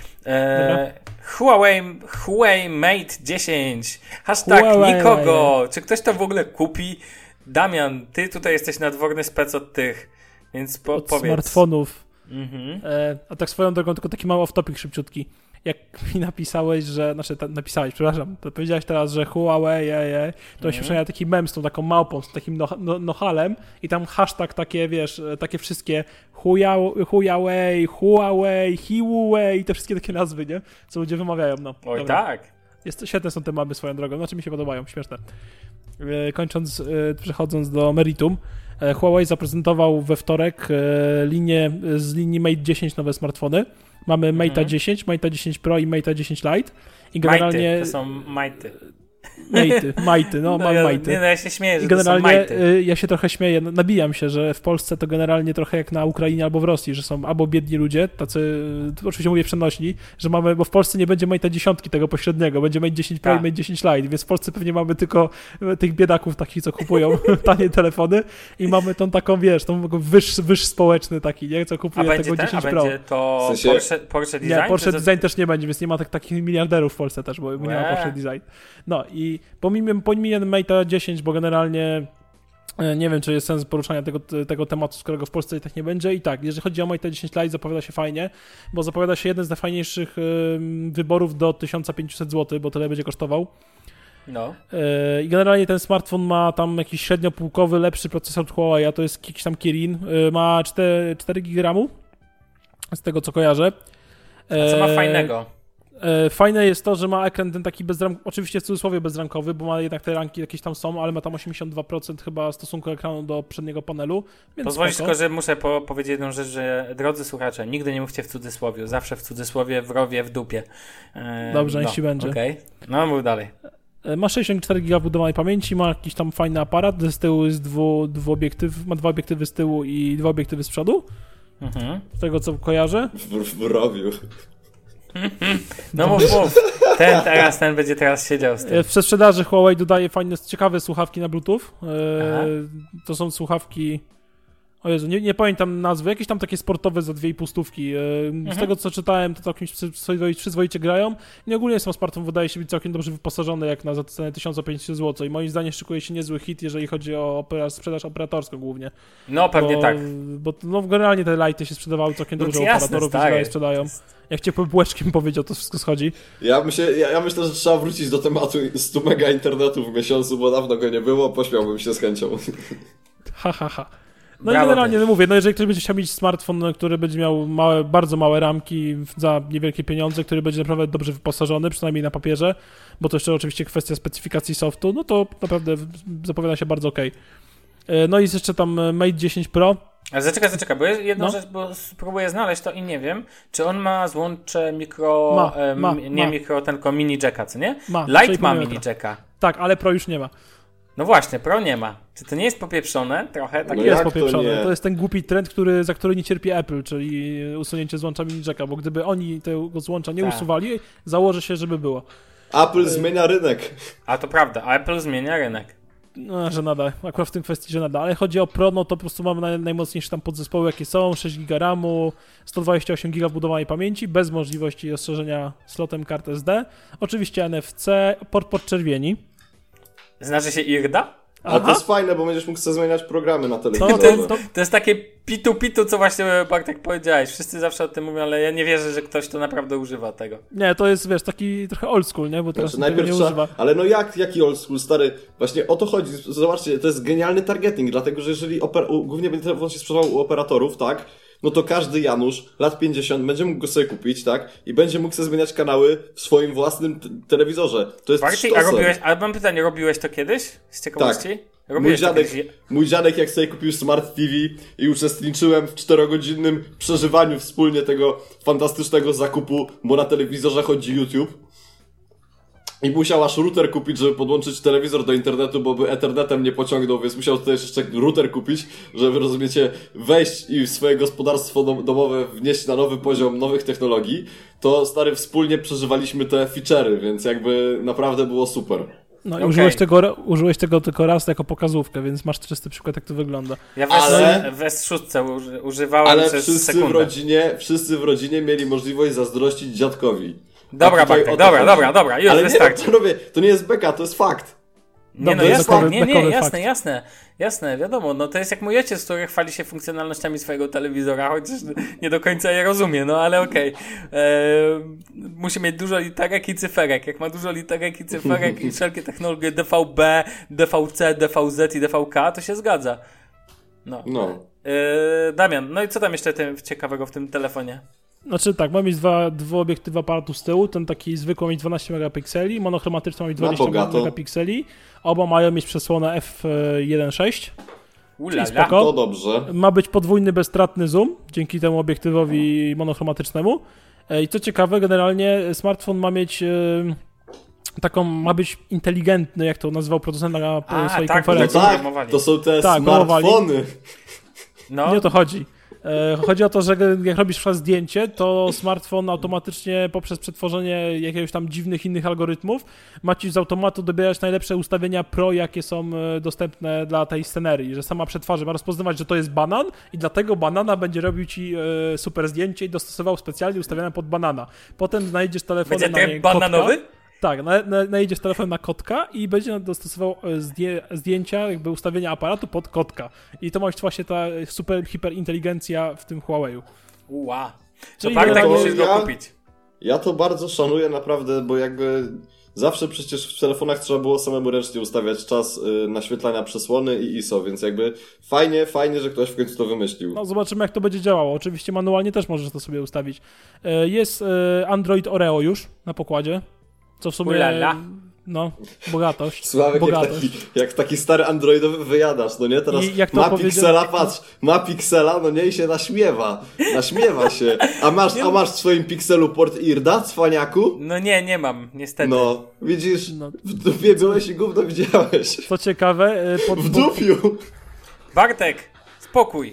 Eee, Huawei, Huawei Mate dziesięć. Hashtag Huawei. nikogo. Czy ktoś to w ogóle kupi? Damian, ty tutaj jesteś nadworny spec od tych, więc po, od powiedz. smartfonów. Mhm. E, a tak swoją drogą, tylko taki mały off-topic szybciutki. Jak mi napisałeś, że... Znaczy, ta, napisałeś, przepraszam, to powiedziałeś teraz, że Huawei, je, je, to mm. się przypomniał taki mem z tą taką małpą, z takim no, no, nohalem i tam hashtag takie, wiesz, takie wszystkie Huawei, Huawei, Huawei, Huawei, te wszystkie takie nazwy, nie? Co ludzie wymawiają, no. Oj, dobra. tak. Jest, świetne są te memy swoją drogą, znaczy mi się podobają, śmieszne. E, kończąc, e, przechodząc do meritum, e, Huawei zaprezentował we wtorek e, linię, z linii Mate dziesięć nowe smartfony. Mamy Mate'a mhm. dziesięć, Mate'a dziesięć Pro i Mate'a dziesięć Lite. I generalnie... Majty, to są majty. Majty, majty, no, no mam ja, majty. Nie, no ja się śmieję, że I generalnie to są majty. ja się trochę śmieję, nabijam się, że w Polsce to generalnie trochę jak na Ukrainie albo w Rosji, że są albo biedni ludzie, tacy, oczywiście mówię przenośni, że mamy, bo w Polsce nie będzie Mate'a dziesiątki tego pośredniego, będzie Mate dziesięć Pro tak. i Mate dziesięć Lite, więc w Polsce pewnie mamy tylko tych biedaków takich, co kupują tanie telefony i mamy tą taką, wiesz, tą wyż, wyż społeczny taki, nie, co kupuje a tego ten, dziesięć a Pro. będzie to w sensie... Porsche, Porsche Design? Nie, Porsche to... Design też nie będzie, więc nie ma tak, takich miliarderów w Polsce też, bo nie ma Porsche Design. No i pomijam, pomijam Mate'a dziesięć, bo generalnie nie wiem, czy jest sens poruszania tego, tego tematu, z którego w Polsce i tak nie będzie. I tak, jeżeli chodzi o Mate'a dziesięć Lite, zapowiada się fajnie, bo zapowiada się jeden z najfajniejszych wyborów do tysiąc pięćset złotych, bo tyle będzie kosztował. No. I generalnie ten smartfon ma tam jakiś średniopółkowy, lepszy procesor od Huawei, a to jest jakiś tam Kirin. Ma cztery giga ramu, z tego co kojarzę. A co ma fajnego? Fajne jest to, że ma ekran ten taki bezramkowy, oczywiście w cudzysłowie bezramkowy, bo ma jednak te ramki jakieś tam są, ale ma tam osiemdziesiąt dwa procent chyba stosunku ekranu do przedniego panelu. Pozwolisz tylko, że muszę po- powiedzieć jedną rzecz, że drodzy słuchacze, nigdy nie mówcie w cudzysłowie, zawsze w cudzysłowie, w rowie, w dupie. Eee, Dobrze, no, niech ci będzie. Okej, okay. No mów dalej. Ma sześćdziesiąt cztery giga budowanej pamięci, ma jakiś tam fajny aparat, z tyłu jest dwu, dwuobiektyw, ma dwa obiektywy z tyłu i dwa obiektywy z przodu, mhm. z tego co kojarzę. W, w rowiu. No mów, mów. Ten teraz, ten będzie teraz siedział z tym. W sprzedaży Huawei dodaje fajne, ciekawe słuchawki na Bluetooth. Aha. To są słuchawki... O Jezu, nie, nie pamiętam nazwy, jakieś tam takie sportowe za dwie i pół stówki. Z mhm. tego co czytałem, to całkiem przyzwoicie, przyzwoicie grają. I ogólnie sam smartfon wydaje się być całkiem dobrze wyposażony, jak na za cenę tysiąc pięćdziesiąt złotych. I moim zdaniem szykuje się niezły hit, jeżeli chodzi o opera, sprzedaż operatorską głównie. No pewnie bo, tak. Bo no, generalnie te lighty się sprzedawały całkiem dobrze, jasne, operatorów i dalej sprzedają. Jak ciepłym bułeczkiem powiedział, to wszystko schodzi. Ja, myślę, ja, ja myślę, że trzeba wrócić do tematu stu mega internetu w miesiącu, bo dawno go nie było, pośmiałbym się z chęcią. Ha, ha, ha. No Brawo i generalnie, ty. no mówię, no jeżeli ktoś będzie chciał mieć smartfon, który będzie miał małe, bardzo małe ramki za niewielkie pieniądze, który będzie naprawdę dobrze wyposażony, przynajmniej na papierze, bo to jeszcze oczywiście kwestia specyfikacji softu, no to naprawdę zapowiada się bardzo okej. Okay. No i jest jeszcze tam Mate dziesięć Pro. Ale zaczekaj, zaczekaj, bo jest jedna no. rzecz, bo spróbuję znaleźć to i nie wiem, czy on ma złącze mikro, ma, e, ma, nie ma. mikro, tylko mini jacka, co nie? Ma, Lite ma mini jacka. Tak, ale Pro już nie ma. No właśnie, Pro nie ma. Czy to nie jest popieprzone trochę? Tak No jest jak popieprzone. to, to jest ten głupi trend, który, za który nie cierpi Apple, czyli usunięcie złącza mini jacka, bo gdyby oni tego złącza nie tak. usuwali, założę się, żeby było. Apple zmienia rynek. A to prawda, Apple zmienia rynek. No, że nada, akurat w tym kwestii, że nada, ale chodzi o Pro, no to po prostu mamy naj, najmocniejsze tam podzespoły, jakie są, sześć giga ramu, sto dwadzieścia osiem giga wbudowanej pamięci, bez możliwości rozszerzenia slotem kart S D, oczywiście N F C, port podczerwieni. Znaczy się I R D A? A to jest fajne, bo będziesz mógł sobie zmieniać programy na telewizorze. No, to, jest, to, to jest takie pitu-pitu, co właśnie Bartek powiedziałeś. Wszyscy zawsze o tym mówią, ale ja nie wierzę, że ktoś to naprawdę używa tego. Nie, to jest, wiesz, taki trochę old school, nie? Bo teraz znaczy, najpierw nie trzeba, używa. ale no jak, jaki old school, stary? Właśnie o to chodzi. Zobaczcie, to jest genialny targeting, dlatego że jeżeli oper- u, głównie będzie telefon się sprzedawał u operatorów, tak? No to każdy Janusz, lat pięćdziesiąt, będzie mógł go sobie kupić, tak? I będzie mógł sobie zmieniać kanały w swoim własnym t- telewizorze. To jest Bartek, a robiłeś, ale mam pytanie, robiłeś to kiedyś? Z ciekawości? Tak. Robiłeś Mój dziadek, kiedyś? mój dziadek jak sobie kupił Smart T V i uczestniczyłem w czterogodzinnym przeżywaniu wspólnie tego fantastycznego zakupu, bo na telewizorze chodzi YouTube. I musiał aż router kupić, żeby podłączyć telewizor do internetu, bo by ethernetem nie pociągnął, więc musiał tutaj jeszcze router kupić, żeby, rozumiecie, wejść i swoje gospodarstwo domowe wnieść na nowy poziom nowych technologii. To, stary, wspólnie przeżywaliśmy te feature'y, więc jakby naprawdę było super. No i okay. użyłeś, tego, użyłeś tego tylko raz jako pokazówkę, więc masz czysty przykład, jak to wygląda. Ja w ale, S szóst uży, używałem ale przez wszyscy sekundę. w rodzinie, wszyscy w rodzinie mieli możliwość zazdrościć dziadkowi. Dobra, Bartek, dobra, dobra, dobra, już ale wystarczy. Nie, panowie, to nie jest beka, to jest fakt. Nie, Dobry, no jasne, bekowy, nie, nie, bekowy jasne, fakt. jasne, jasne, wiadomo, no to jest jak mój ojciec, który chwali się funkcjonalnościami swojego telewizora, chociaż nie do końca je rozumie, no ale okej. Okay. Musi mieć dużo literek i cyferek, jak ma dużo literek i cyferek i wszelkie technologie D V B, D V C, D V Z i D V K, to się zgadza. No. no. E, Damian, no i co tam jeszcze tym ciekawego w tym telefonie? Znaczy tak, ma mieć dwa, dwuobiektywy aparatu z tyłu, ten taki zwykły ma mieć dwanaście megapikseli, monochromatyczny ma mieć dwadzieścia megapikseli, oba mają mieć przesłonę F jeden sześć. Ulala. Spoko. To dobrze. Ma być podwójny bezstratny zoom, dzięki temu obiektywowi monochromatycznemu. I co ciekawe, generalnie smartfon ma mieć taką, ma być inteligentny, jak to nazywał producent na A, swojej tak, konferencji. No tak, to są te tak, smartfony. No. Nie o to chodzi. Chodzi o to, że jak robisz przykład zdjęcie, to smartfon automatycznie poprzez przetworzenie jakiegoś tam dziwnych innych algorytmów ma ci z automatu dobierać najlepsze ustawienia pro, jakie są dostępne dla tej scenerii, że sama przetwarzy, ma rozpoznawać, że to jest banan i dlatego banana będzie robił ci super zdjęcie i dostosował specjalnie ustawione pod banana. Potem znajdziesz telefonem będzie na tryb bananowy? Kotka. Tak, na, na, najedziesz telefon na kotka i będzie dostosował zdję, zdjęcia, jakby ustawienia aparatu pod kotka. I to ma być właśnie ta super hiperinteligencja w tym Huawei'u. Ua. Czyli To Bartek to musisz go ja- kupić. Ja to bardzo szanuję naprawdę, bo jakby zawsze przecież w telefonach trzeba było samemu ręcznie ustawiać czas y, naświetlania przesłony i I S O, więc jakby fajnie, fajnie, że ktoś w końcu to wymyślił. No zobaczymy, jak to będzie działało. Oczywiście manualnie też możesz to sobie ustawić. Jest Android Oreo już na pokładzie, co w sumie Ulala. No, bogatość. Sławek jak bogatość. taki, jak taki stary androidowy wyjadasz, no nie? Teraz I jak to ma powiedział- piksela, patrz, ma piksela, no nie? I się naśmiewa. Naśmiewa się. A masz, a masz w swoim pikselu port Irda, cwaniaku? No nie, nie mam, niestety. No, widzisz, No. w dupie byłeś i gówno widziałeś. Co ciekawe, y, pod, W pod, dupiu. Bartek, spokój.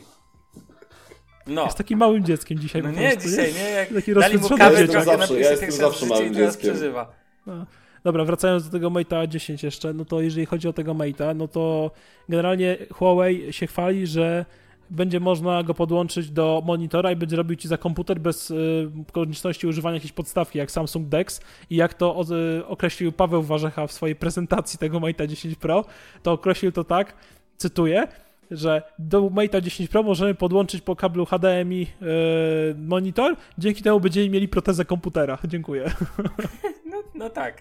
No. jest takim małym dzieckiem dzisiaj No po nie, prostu, dzisiaj, nie? Jak Taki dali mu rozwydrzony kawę jestem trochę, zawsze- napił ja się jestem pierwszy raz zawsze w życiu małym i teraz dzieckiem. przeżywa. No. Dobra, wracając do tego Mate'a dziesięć jeszcze, no to jeżeli chodzi o tego Mate'a, no to generalnie Huawei się chwali, że będzie można go podłączyć do monitora i będzie robił ci za komputer bez y, konieczności używania jakiejś podstawki, jak Samsung Dex. I jak to o, y, określił Paweł Warzecha w swojej prezentacji tego Mate'a dziesięć Pro, to określił to tak, cytuję, że do Mate'a dziesięć Pro możemy podłączyć po kablu H D M I y, monitor, dzięki temu będziemy mieli protezę komputera. Dziękuję. No, no tak.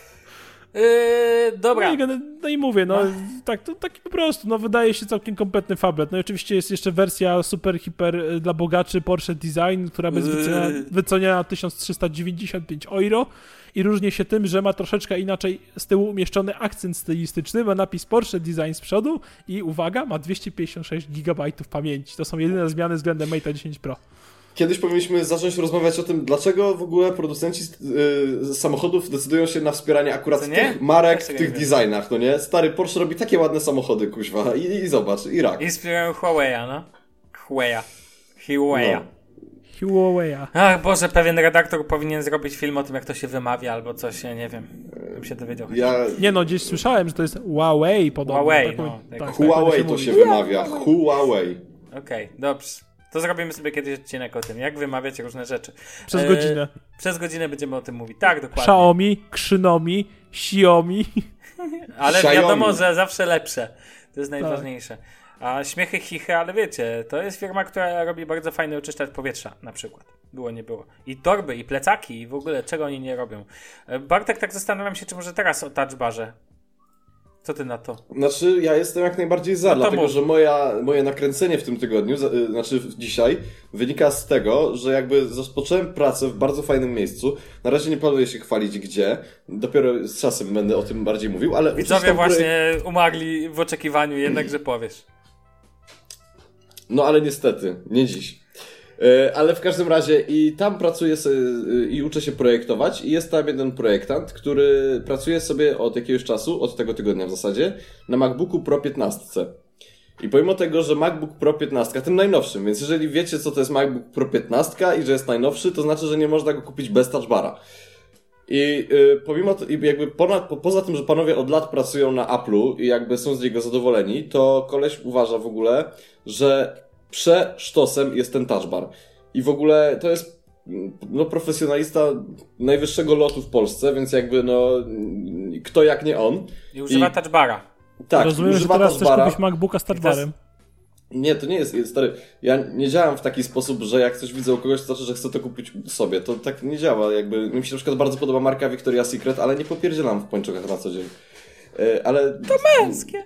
Yy, dobra. No i, gene- no i mówię, no tak, to taki po prostu, no wydaje się całkiem kompletny fablet. No i oczywiście jest jeszcze wersja super, hiper y, dla bogaczy Porsche Design, która będzie wyceniana, Yy. wyceniana tysiąc trzysta dziewięćdziesiąt pięć euro i różni się tym, że ma troszeczkę inaczej z tyłu umieszczony akcent stylistyczny, ma napis Porsche Design z przodu i uwaga, ma dwieście pięćdziesiąt sześć gigabajtów pamięci. To są jedyne zmiany względem Mate'a dziesięć Pro. Kiedyś powinniśmy zacząć rozmawiać o tym, dlaczego w ogóle producenci yy, samochodów decydują się na wspieranie akurat Co nie? tych marek Też w tego tych nie wiem. designach, no nie? Stary Porsche robi takie ładne samochody, kuźwa, i, i zobacz, i rak. Inspirują Huawei'a, no. Huawei'a. Huawei'a. No. Huawei'a. Ach Boże, pewien redaktor powinien zrobić film o tym, jak to się wymawia, albo coś, ja nie wiem. Bym się dowiedział. Ja... Nie no, gdzieś słyszałem, że to jest Huawei podobno. Huawei, tak, no, tak, tak. tak, Huawei tak to mówi. się wymawia, Huawei. Okej, dobrze. To zrobimy sobie kiedyś odcinek o tym, jak wymawiać różne rzeczy. Przez E, godzinę. Przez godzinę będziemy o tym mówić. Tak, dokładnie. Xiaomi, Krzynomi, Xiaomi. Ale Xiaomi. wiadomo, że zawsze lepsze. To jest najważniejsze. A śmiechy, chichy, ale wiecie, to jest firma, która robi bardzo fajny oczyszczacz powietrza, na przykład. Było, nie było. I torby, i plecaki, i w ogóle czego oni nie robią. E, Bartek, tak zastanawiam się, czy może teraz o touch barze. Co ty na to? Znaczy, ja jestem jak najbardziej za, No to dlatego mów. że moja, moje nakręcenie w tym tygodniu, za- y, znaczy w- dzisiaj, wynika z tego, że jakby rozpocząłem pracę w bardzo fajnym miejscu. Na razie nie planuję się chwalić gdzie, dopiero z czasem będę o tym bardziej mówił, ale... uczyć Widzowie tam właśnie umarli w oczekiwaniu jednak, że powiesz. No ale niestety, nie dziś. E, Ale w każdym razie i tam pracuję sobie, e, i uczę się projektować i jest tam jeden projektant, który pracuje sobie od jakiegoś czasu, od tego tygodnia w zasadzie, na MacBooku Pro piętnaście. I pomimo tego, że MacBook Pro piętnaście, tym najnowszym, więc jeżeli wiecie co to jest MacBook Pro piętnaście i że jest najnowszy, to znaczy, że nie można go kupić bez touch bara. I y, pomimo to, i jakby ponad, po, poza tym, że panowie od lat pracują na Apple'u i jakby są z niego zadowoleni, to koleś uważa w ogóle, że przesztosem jest ten touch bar. I w ogóle to jest no, profesjonalista najwyższego lotu w Polsce, więc jakby no kto jak nie on. I używa I- touch bara. Tak, Rozumiem, że używa teraz touch chcesz bara. kupić MacBooka z touchbarem. Nie, to nie jest, jest, stary, ja nie działam w taki sposób, że jak coś widzę u kogoś, to znaczy, że chcę to kupić sobie. To tak nie działa, jakby, mi się na przykład bardzo podoba marka Victoria's Secret, ale nie popierdzielam w pończokach na co dzień. E, ale... To Męskie.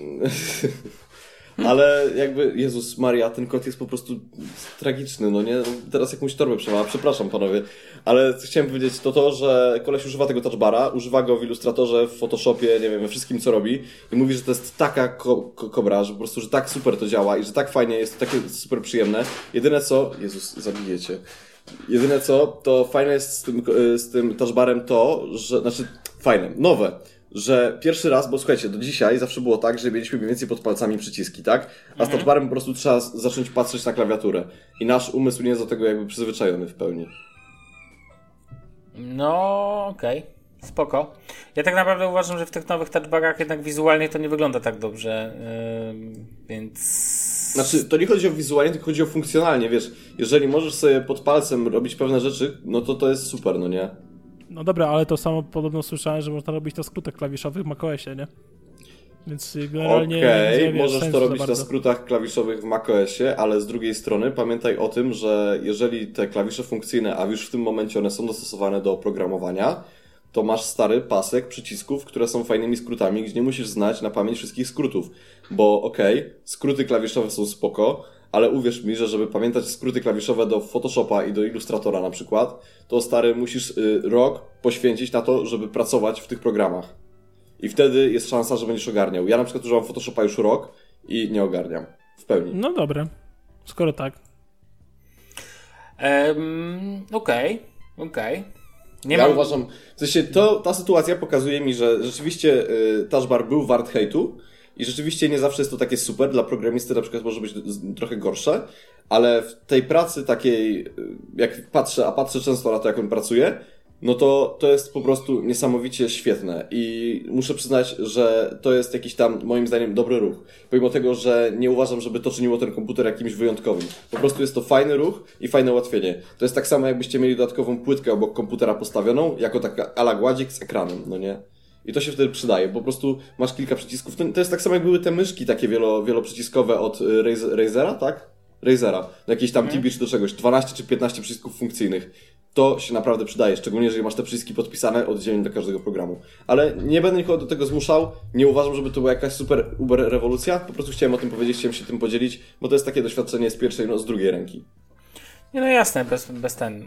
Ale jakby, Jezus Maria, ten kot jest po prostu tragiczny, no nie? Teraz jakąś torbę przemała, przepraszam panowie. Ale co chciałem powiedzieć to to, że koleś używa tego touchbara, używa go w Illustratorze, w Photoshopie, nie wiem, we wszystkim co robi i mówi, że to jest taka ko- ko- kobra, że po prostu, że tak super to działa i że tak fajnie, jest to takie super przyjemne. Jedyne co, Jezus, zabijecie. Jedyne co, to fajne jest z tym, z tym touchbarem to, że, znaczy fajne, nowe, że pierwszy raz, bo słuchajcie, do dzisiaj zawsze było tak, że mieliśmy mniej więcej pod palcami przyciski, tak? A z touchbarem po prostu trzeba z- zacząć patrzeć na klawiaturę. I nasz umysł nie jest do tego jakby przyzwyczajony w pełni. No, okej. Spoko. Ja tak naprawdę uważam, że w tych nowych touchbarach jednak wizualnie to nie wygląda tak dobrze, yy, więc... Znaczy, to nie chodzi o wizualnie, tylko chodzi o funkcjonalnie, wiesz. Jeżeli możesz sobie pod palcem robić pewne rzeczy, no to to jest super, no nie? No dobra, ale to samo podobno słyszałem, że można robić na skrótach klawiszowych w macOSie, nie? Więc generalnie Okej, nie wiesz, możesz sensu to za robić na bardzo. skrótach klawiszowych w macOSie, ale z drugiej strony pamiętaj o tym, że jeżeli te klawisze funkcyjne, a już w tym momencie one są dostosowane do oprogramowania, to masz stary pasek przycisków, które są fajnymi skrótami, gdzie nie musisz znać na pamięć wszystkich skrótów. Bo okej, okay, skróty klawiszowe są spoko, ale uwierz mi, że żeby pamiętać skróty klawiszowe do Photoshopa i do Illustratora na przykład, to stary musisz y, rok poświęcić na to, żeby pracować w tych programach. I wtedy jest szansa, że będziesz ogarniał. Ja na przykład używam Photoshopa już rok i nie ogarniam. W pełni. No dobra, skoro tak. Um, okej, okay, okej. Okay. Ja mam... uważam, w sensie to, ta sytuacja pokazuje mi, że rzeczywiście y, Touch Bar był wart hejtu i rzeczywiście nie zawsze jest to takie super. Dla programisty na przykład może być trochę gorsze, ale w tej pracy takiej, jak patrzę, a patrzę często na to, jak on pracuje, no to to jest po prostu niesamowicie świetne i muszę przyznać, że to jest jakiś tam, moim zdaniem, dobry ruch. Pomimo tego, że nie uważam, żeby to czyniło ten komputer jakimś wyjątkowym. Po prostu jest to fajny ruch i fajne ułatwienie. To jest tak samo, jakbyście mieli dodatkową płytkę obok komputera postawioną, jako taka ala gładzik z ekranem, no nie? I to się wtedy przydaje, po prostu masz kilka przycisków. To jest tak samo, jak były te myszki takie wielo, wieloprzyciskowe od Razera, tak? Razera. Jakieś tam hmm. T B czy do czegoś. dwanaście czy piętnaście przycisków funkcyjnych. To się naprawdę przydaje, szczególnie jeżeli masz te przyciski podpisane oddzielnie do każdego programu. Ale nie będę nikogo do tego zmuszał, nie uważam, żeby to była jakaś super uber rewolucja, po prostu chciałem o tym powiedzieć, chciałem się tym podzielić, bo to jest takie doświadczenie z pierwszej, no z drugiej ręki. Nie, no jasne, bez, bez ten,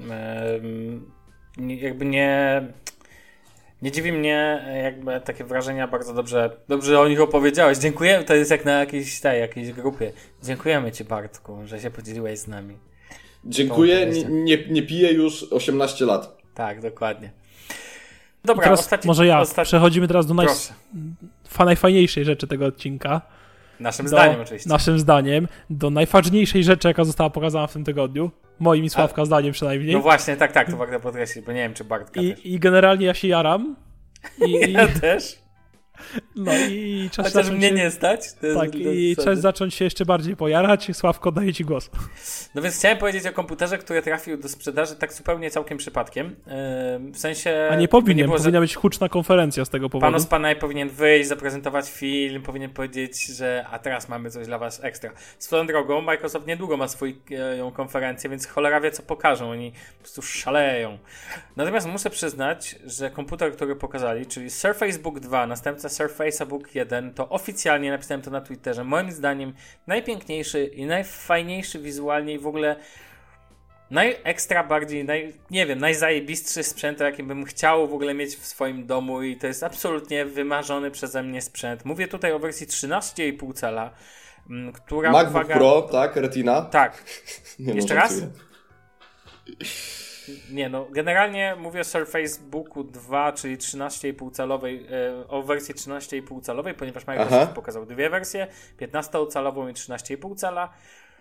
yy, jakby nie, nie dziwi mnie jakby takie wrażenia, bardzo dobrze, dobrze o nich opowiedziałeś. Dziękuję, to jest jak na jakiejś, tej, jakiejś grupie. Dziękujemy Ci, Bartku, że się podzieliłeś z nami. Dziękuję, nie, nie, nie piję już osiemnaście lat. Tak, dokładnie. Dobra, teraz ostatni, może ja. Ostatni... Przechodzimy teraz do naj... najfajniejszej rzeczy tego odcinka. Naszym do... zdaniem oczywiście. Naszym zdaniem. Do najważniejszej rzeczy, jaka została pokazana w tym tygodniu. Moim i Sławka A... zdaniem przynajmniej. No właśnie, tak, tak, to warto podkreślić, bo nie wiem, czy Bartka I, też. I generalnie ja się jaram. I, ja i... też. No i czas Chociaż zacząć mnie się... nie stać. Tak, i czas zacząć się jeszcze bardziej pojarać. Sławko, daję Ci głos. No więc chciałem powiedzieć o komputerze, który trafił do sprzedaży tak zupełnie całkiem przypadkiem. Yy, w sensie... A nie powinien, nie było, powinna że... być huczna konferencja z tego powodu. Panos Panay powinien wyjść, zaprezentować film, powinien powiedzieć, że a teraz mamy coś dla Was ekstra. Swoją drogą, Microsoft niedługo ma swoją konferencję, więc cholera wie, co pokażą. Oni po prostu szaleją. Natomiast muszę przyznać, że komputer, który pokazali, czyli Surface Book dwa, następca Surface'a Book jeden, to oficjalnie napisałem to na Twitterze, moim zdaniem najpiękniejszy i najfajniejszy wizualnie i w ogóle najekstra bardziej, naj, nie wiem, najzajebistszy sprzęt, jaki bym chciał w ogóle mieć w swoim domu i to jest absolutnie wymarzony przeze mnie sprzęt. Mówię tutaj o wersji trzynaście i pół cala, która MacBook uwaga... Pro, tak? Retina? Tak. Nie Jeszcze no, raz? Nie no, generalnie mówię o Surface Booku dwa, czyli trzynaście i pół calowej, e, o wersji trzynaście i pół calowej, ponieważ Microsoft Aha. pokazał dwie wersje, piętnastocalową i trzynaście i pół cala.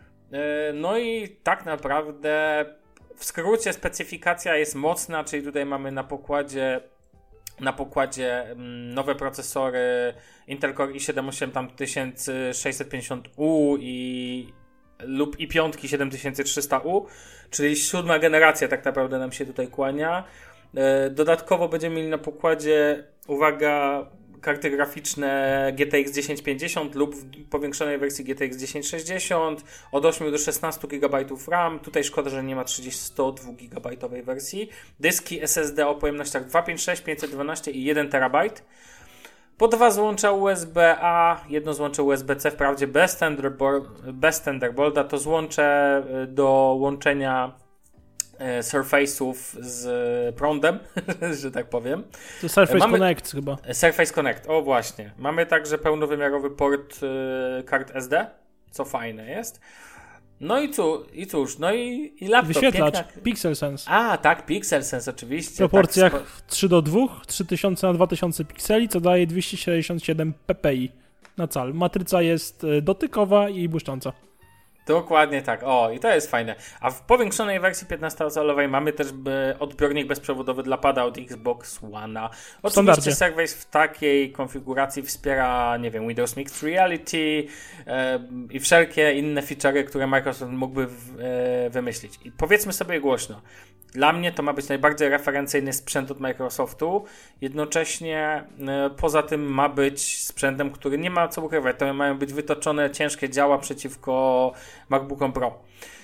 E, no i tak naprawdę w skrócie specyfikacja jest mocna, czyli tutaj mamy na pokładzie na pokładzie mm, nowe procesory Intel Core i siedem osiem tam tysiąc sześćset pięćdziesiąt U i lub i piątki siedem tysięcy trzysta U, czyli siódma generacja tak naprawdę nam się tutaj kłania. E, dodatkowo będziemy mieli na pokładzie, uwaga, karty graficzne G T X tysiąc pięćdziesiąt lub w powiększonej wersji G T X tysiąc sześćdziesiąt, od osiem do szesnastu gigabajtów RAM. Tutaj szkoda, że nie ma trzydzieści sto dwa gigabajtowej wersji. Dyski S S D o pojemnościach dwieście pięćdziesiąt sześć, pięćset dwanaście i jeden terabajt. Po dwa złącza U S B A, jedno złącze U S B C, wprawdzie bez, Thunderbolt, bez Thunderbolta, to złącze do łączenia e, Surface'ów z prądem, że tak powiem. To Surface Mamy, Connect chyba. Surface Connect, o właśnie. Mamy także pełnowymiarowy port e, kart S D, co fajne jest. No i, cu, i cóż, no i, i laptop. Wyświetlacz, piękna... Pixel Sense. A, tak, Pixel Sense oczywiście. W proporcjach tak, trzy do dwóch, trzy tysiące na dwa tysiące pikseli, co daje dwieście sześćdziesiąt siedem ppi na cal. Matryca jest dotykowa i błyszcząca. Dokładnie tak. O, i to jest fajne. A w powiększonej wersji piętnastocalowej mamy też odbiornik bezprzewodowy dla pada od Xbox One'a. Oczywiście Surface w takiej konfiguracji wspiera, nie wiem, Windows Mixed Reality yy, i wszelkie inne feature'y, które Microsoft mógłby w, yy, wymyślić. I powiedzmy sobie głośno, dla mnie to ma być najbardziej referencyjny sprzęt od Microsoftu. Jednocześnie yy, poza tym ma być sprzętem, który nie ma co ukrywać. To mają być wytoczone ciężkie działa przeciwko MacBookom Pro.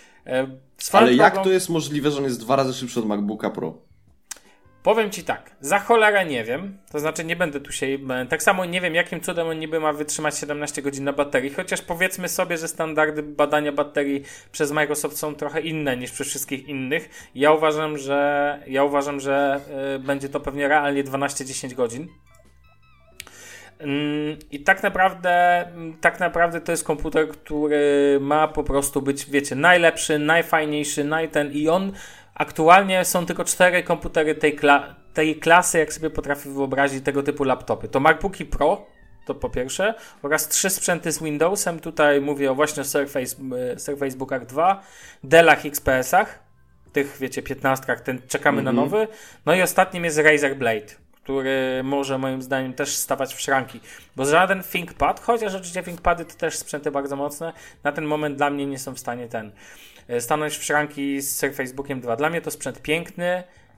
Swoją Ale drogą, jak to jest możliwe, że on jest dwa razy szybszy od MacBooka Pro? Powiem Ci tak, za cholerę nie wiem, to znaczy nie będę tu się, tak samo nie wiem jakim cudem on niby ma wytrzymać siedemnaście godzin na baterii, chociaż powiedzmy sobie, że standardy badania baterii przez Microsoft są trochę inne niż przy wszystkich innych. Ja uważam, że ja uważam, że y, będzie to pewnie realnie dwanaście do dziesięciu godzin. I tak naprawdę, tak naprawdę to jest komputer, który ma po prostu być, wiecie, najlepszy, najfajniejszy, najten i on aktualnie są tylko cztery komputery tej, kla- tej klasy, jak sobie potrafię wyobrazić tego typu laptopy. To MacBooki Pro, to po pierwsze, oraz trzy sprzęty z Windowsem. Tutaj mówię o właśnie Surface, Surface Bookach dwa, Dellach X P S-ach, tych wiecie, piętnastkach, ten czekamy mm-hmm. na nowy. No i ostatnim jest Razer Blade, który może moim zdaniem też stawać w szranki, bo żaden ThinkPad, chociaż oczywiście ThinkPady to też sprzęty bardzo mocne, na ten moment dla mnie nie są w stanie ten stanąć w szranki z Surface Bookiem dwa. Dla mnie to sprzęt piękny,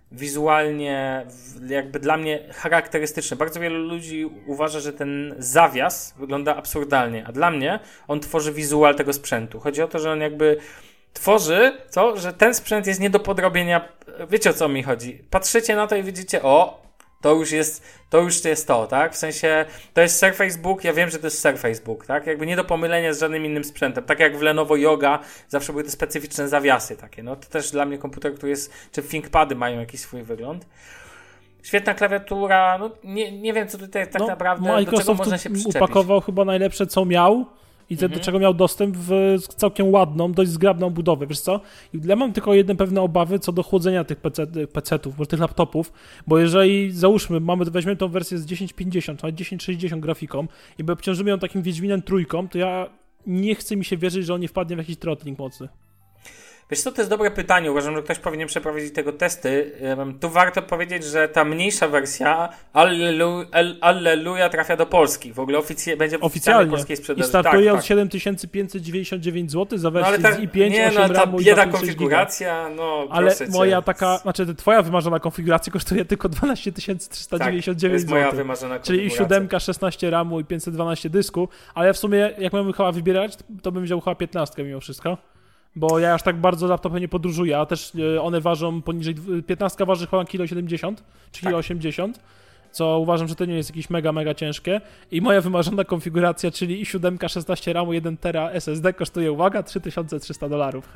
wizualnie jakby dla mnie charakterystyczny. Bardzo wielu ludzi uważa, że ten zawias wygląda absurdalnie, a dla mnie on tworzy wizual tego sprzętu. Chodzi o to, że on jakby tworzy to, że ten sprzęt jest nie do podrobienia. Wiecie, o co mi chodzi? Patrzycie na to i widzicie, o, to już jest to, już jest to, tak? W sensie, to jest Surface Book, ja wiem, że to jest Surface Book, tak? Jakby nie do pomylenia z żadnym innym sprzętem. Tak jak w Lenovo Yoga zawsze były te specyficzne zawiasy takie, no to też dla mnie komputer, który jest, czy ThinkPady mają jakiś swój wygląd. Świetna klawiatura, no nie, nie wiem, co tutaj tak no, naprawdę, Microsoft do czego można się przyczepić. upakował chyba najlepsze, co miał i te, mhm. do czego miał dostęp w całkiem ładną, dość zgrabną budowę, wiesz co? I ja mam tylko jedne pewne obawy co do chłodzenia tych pecetów, może tych laptopów, bo jeżeli, załóżmy, mamy, weźmiemy tą wersję z tysiąc pięćdziesiąt, a tysiąc sześćdziesiąt grafiką i obciążymy ją takim Wiedźminem trójką, to ja nie chcę mi się wierzyć, że on nie wpadnie w jakiś throttling mocny. Wiesz co, to jest dobre pytanie. Uważam, że ktoś powinien przeprowadzić tego testy. Tu warto powiedzieć, że ta mniejsza wersja Alleluja, Alleluja trafia do Polski. W ogóle ofic- będzie oficjalnie polskiej sprzedaży. I startuje tak, od tak. siedem tysięcy pięćset dziewięćdziesiąt dziewięć złotych za No, wersję ale ta, z i pięć, nie, osiem no, ta ramu i bieda dwa pięć sześć konfiguracja, no ale proszę moja cię. taka, znaczy twoja wymarzona konfiguracja kosztuje tylko dwanaście tysięcy trzysta dziewięćdziesiąt dziewięć tak, to jest moja złotych. wymarzona Czyli konfiguracja. siódemka, szesnaście ramu i pięćset dwanaście dysku, ale ja w sumie, jak miałbym chyba wybierać, to bym wziął chyba piętnastkę mimo wszystko. Bo ja aż tak bardzo laptopem nie podróżuję, a też one ważą poniżej, piętnastka waży chyba kilo siedemdziesiąt czy kilo osiemdziesiąt, co uważam, że to nie jest jakieś mega, mega ciężkie. I moja wymarzona konfiguracja, czyli i siedem, szesnaście ramu, jeden tera S S D kosztuje, uwaga, trzy tysiące trzysta dolarów.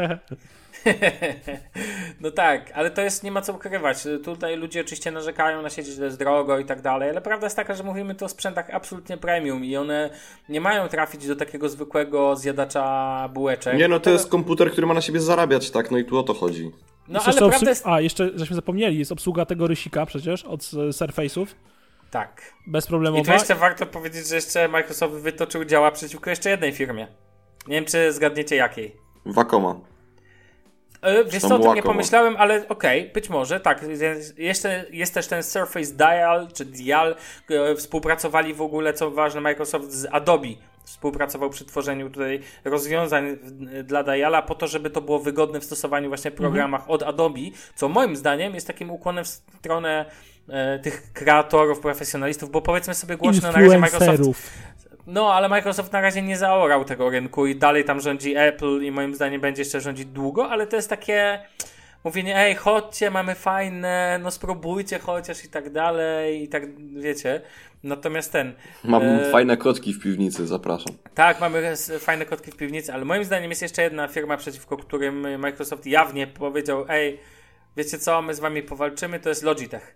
No tak, ale to jest, nie ma co ukrywać. Tutaj ludzie oczywiście narzekają na sieci, że to jest drogo i tak dalej, ale prawda jest taka, że mówimy tu o sprzętach absolutnie premium i one nie mają trafić do takiego zwykłego zjadacza bułeczek. Nie, no to jest komputer, który ma na siebie zarabiać, tak? No i tu o to chodzi. No ale prawda obsług... jest... A, jeszcze żeśmy zapomnieli, jest obsługa tego rysika przecież od Surface'ów. Tak. Bez problemu. I tu jeszcze warto powiedzieć, że jeszcze Microsoft wytoczył działa przeciwko jeszcze jednej firmie. Nie wiem, czy zgadniecie jakiej. Wacoma. Yy, wiesz co, o tym nie pomyślałem, ale okej, okay, być może, tak. Jeszcze jest też ten Surface Dial, czy Dial, yy, współpracowali w ogóle, co ważne, Microsoft z Adobe. Współpracował przy tworzeniu tutaj rozwiązań dla Diala po to, żeby to było wygodne w stosowaniu właśnie w programach mm-hmm. od Adobe, co moim zdaniem jest takim ukłonem w stronę e, tych kreatorów, profesjonalistów, bo powiedzmy sobie głośno, na razie Microsoft... No, ale Microsoft na razie nie zaorał tego rynku i dalej tam rządzi Apple i moim zdaniem będzie jeszcze rządzić długo, ale to jest takie mówienie, ej, chodźcie, mamy fajne, no spróbujcie chociaż i tak dalej i tak, wiecie. Natomiast ten... Mam e... fajne kotki w piwnicy, zapraszam. Tak, mamy fajne kotki w piwnicy, ale moim zdaniem jest jeszcze jedna firma, przeciwko którym Microsoft jawnie powiedział, ej, wiecie co, my z wami powalczymy, to jest Logitech.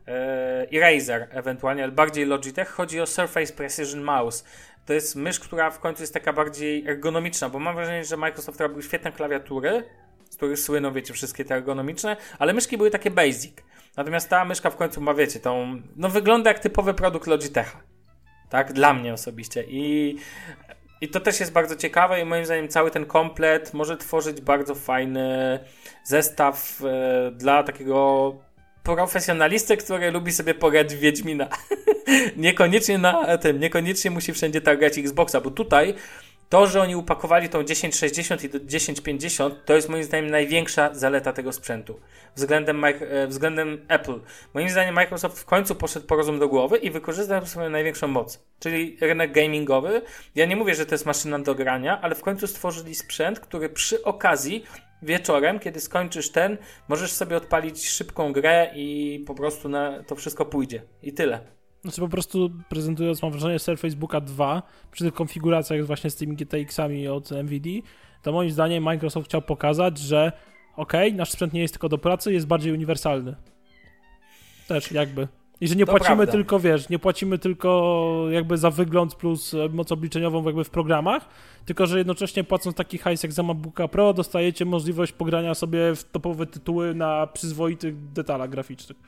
I Razer ewentualnie, ale bardziej Logitech. Chodzi o Surface Precision Mouse. To jest mysz, która w końcu jest taka bardziej ergonomiczna, bo mam wrażenie, że Microsoft robił świetne klawiatury, z których słyną, wiecie, wszystkie te ergonomiczne, ale myszki były takie basic. Natomiast ta myszka w końcu ma, wiecie, tą, no wygląda jak typowy produkt Logitecha. Tak? Dla mnie osobiście. I, i to też jest bardzo ciekawe i moim zdaniem cały ten komplet może tworzyć bardzo fajny zestaw e, dla takiego profesjonalisty, który lubi sobie pograć w Wiedźmina. Niekoniecznie na tym, niekoniecznie musi wszędzie targać Xboxa, bo tutaj to, że oni upakowali tą tysiąc sześćdziesiąt i tysiąc pięćdziesiąt, to jest moim zdaniem największa zaleta tego sprzętu względem, względem Apple. Moim zdaniem Microsoft w końcu poszedł po rozum do głowy i wykorzystał swoją największą moc, czyli rynek gamingowy. Ja nie mówię, że to jest maszyna do grania, ale w końcu stworzyli sprzęt, który przy okazji wieczorem, kiedy skończysz ten, możesz sobie odpalić szybką grę i po prostu na to wszystko pójdzie. I tyle. Znaczy po prostu prezentując, mam wrażenie, Surface Booka dwa przy tych konfiguracjach właśnie z tymi G T X-ami od N V D, to moim zdaniem Microsoft chciał pokazać, że okej, okay, nasz sprzęt nie jest tylko do pracy, jest bardziej uniwersalny. Też jakby. I że nie To płacimy prawda. tylko, wiesz, nie płacimy tylko jakby za wygląd plus moc obliczeniową jakby w programach, tylko że jednocześnie płacąc taki hajs jak za MacBooka Pro dostajecie możliwość pogrania sobie w topowe tytuły na przyzwoitych detalach graficznych.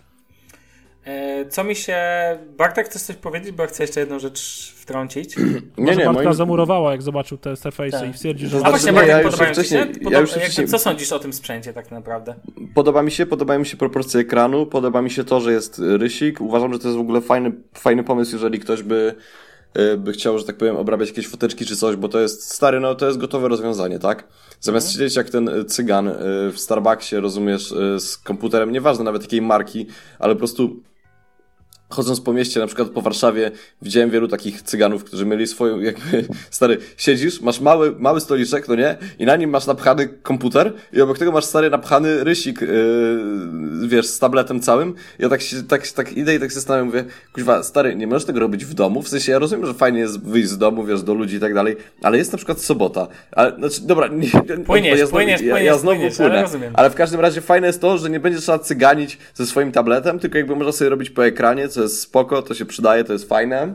E, Co mi się... Bartek, chcesz coś powiedzieć? Bo chcę jeszcze jedną rzecz wtrącić. Nie, Może nie, Bartka moim... zamurowała, jak zobaczył te Surface'y Tak. i stwierdził, że... To A znaczy, właśnie, nie, Bartek, ja już podobają ci się? wcześniej- ja Podoba... już jak, wcześniej- co sądzisz o tym sprzęcie tak naprawdę? Podoba mi się, podobają mi się proporcje ekranu, podoba mi się to, że jest rysik. Uważam, że to jest w ogóle fajny, fajny pomysł, jeżeli ktoś by, y, by chciał, że tak powiem, obrabiać jakieś foteczki czy coś, bo to jest stary, no to jest gotowe rozwiązanie, tak? Zamiast Mhm. siedzieć jak ten cygan y, w Starbucksie, rozumiesz, y, z komputerem, nieważne nawet jakiej marki, ale po prostu chodząc po mieście, na przykład po Warszawie, widziałem wielu takich cyganów, którzy mieli swoją, jakby, stary, siedzisz, masz mały, mały stoliczek, no nie? I na nim masz napchany komputer i obok tego masz, stary, napchany rysik, yy, wiesz, z tabletem całym. Ja tak się, tak, tak idę i tak się zastanawiam, mówię, kuźwa, stary, nie możesz tego robić w domu? W sensie, ja rozumiem, że fajnie jest wyjść z domu, wiesz, do ludzi i tak dalej, ale jest na przykład sobota. Ale, znaczy, dobra, nie, Płyniesz, ja znowu, płyniesz, ja, płyniesz, ja znowu płyniesz, płynę, ale rozumiem. ale w każdym razie fajne jest to, że nie będzie trzeba cyganić ze swoim tabletem, tylko jakby można sobie robić po ekranie, co jest spoko, to się przydaje, to jest fajne.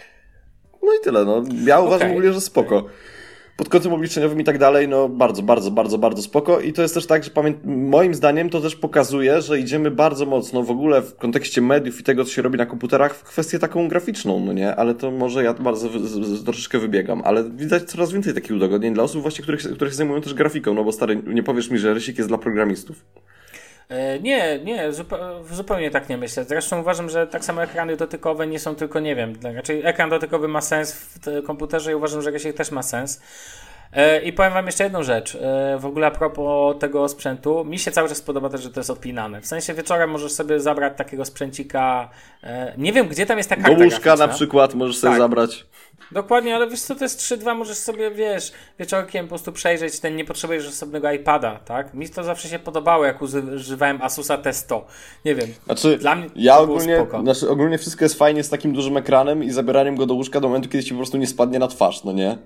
No i tyle, no. Ja uważam Okej. w ogóle, że spoko. Pod kątem obliczeniowym i tak dalej, no bardzo, bardzo, bardzo, bardzo spoko. I to jest też tak, że pamię... moim zdaniem to też pokazuje, że idziemy bardzo mocno w ogóle w kontekście mediów i tego, co się robi na komputerach, w kwestię taką graficzną, no nie? Ale to może ja bardzo wy... z- z- troszeczkę wybiegam. Ale widać coraz więcej takich udogodnień dla osób właśnie, których, które się zajmują też grafiką, no bo stary, nie powiesz mi, że rysik jest dla programistów. E, Nie, nie, zupe- zupełnie tak nie myślę. Zresztą uważam, że tak samo ekrany dotykowe nie są tylko, nie wiem, raczej ekran dotykowy ma sens w te- komputerze i uważam, że rysik też ma sens. E, I powiem wam jeszcze jedną rzecz. E, W ogóle a propos tego sprzętu, mi się cały czas podoba też, że to jest odpinane. W sensie wieczorem możesz sobie zabrać takiego sprzęcika, e, nie wiem, gdzie tam jest ta Do karta łóżka graficzna. na przykład możesz sobie Tak. zabrać. Dokładnie, ale wiesz co, to jest trzy dwa, możesz sobie, wiesz, wieczorkiem po prostu przejrzeć ten, nie potrzebujesz osobnego iPada, tak? Mi to zawsze się podobało, jak używałem Asusa T sto. Nie wiem, Znaczy, dla mnie ja to było ogólnie, spoko. znaczy ogólnie wszystko jest fajnie z takim dużym ekranem i zabieraniem go do łóżka do momentu, kiedy ci po prostu nie spadnie na twarz, no nie?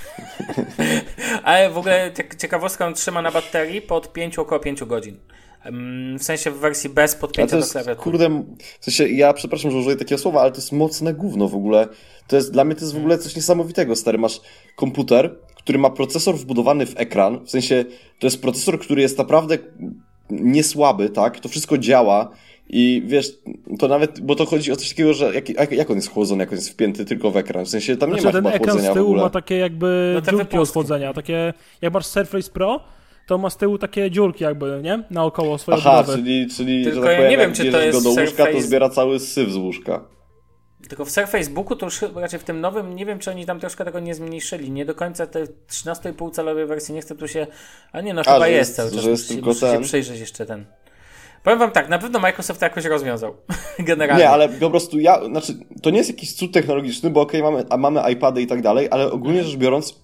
Ale w ogóle cie- ciekawostka, on trzyma na baterii pod pięciu, około pięciu godzin. Em, W sensie w wersji bez A podpięcia to do jest, klawiatury. kurde, w sensie, ja przepraszam, że użyję takiego słowa, ale to jest mocne gówno w ogóle. To jest, dla mnie to jest w ogóle coś niesamowitego, stary. Masz komputer, który ma procesor wbudowany w ekran, w sensie, to jest procesor, który jest naprawdę niesłaby, tak? To wszystko działa i wiesz, to nawet, bo to chodzi o coś takiego, że jak, jak, jak on jest chłodzony, jak on jest wpięty tylko w ekran, w sensie, tam nie Znaczy, ma ten chyba ekran chłodzenia z w tyłu ogóle. ma takie jakby No te dziurki wypustki. od chłodzenia, takie, jak masz Surface Pro, to ma z tyłu takie dziurki jakby, nie? Naokoło swojej Aha, obudowy. czyli, czyli Tylko że tak ja powiem, nie wiem, jak czy to bierzesz jest go do łóżka, to Surface- zbiera cały syf z łóżka. Tylko w Surface'booku to już chyba raczej w tym nowym, nie wiem, czy oni tam troszkę tego nie zmniejszyli. Nie do końca te trzynaście i pół calowej wersji, nie chcę tu się... A nie, no chyba że jest, jest- cały czas. że jest muszę, tylko muszę się ten. przyjrzeć jeszcze ten. Powiem wam tak, na pewno Microsoft to jakoś rozwiązał. Generalnie. Nie, ale po prostu ja, znaczy, to nie jest jakiś cud technologiczny, bo okej, mamy, a mamy iPady i tak dalej, ale ogólnie rzecz biorąc,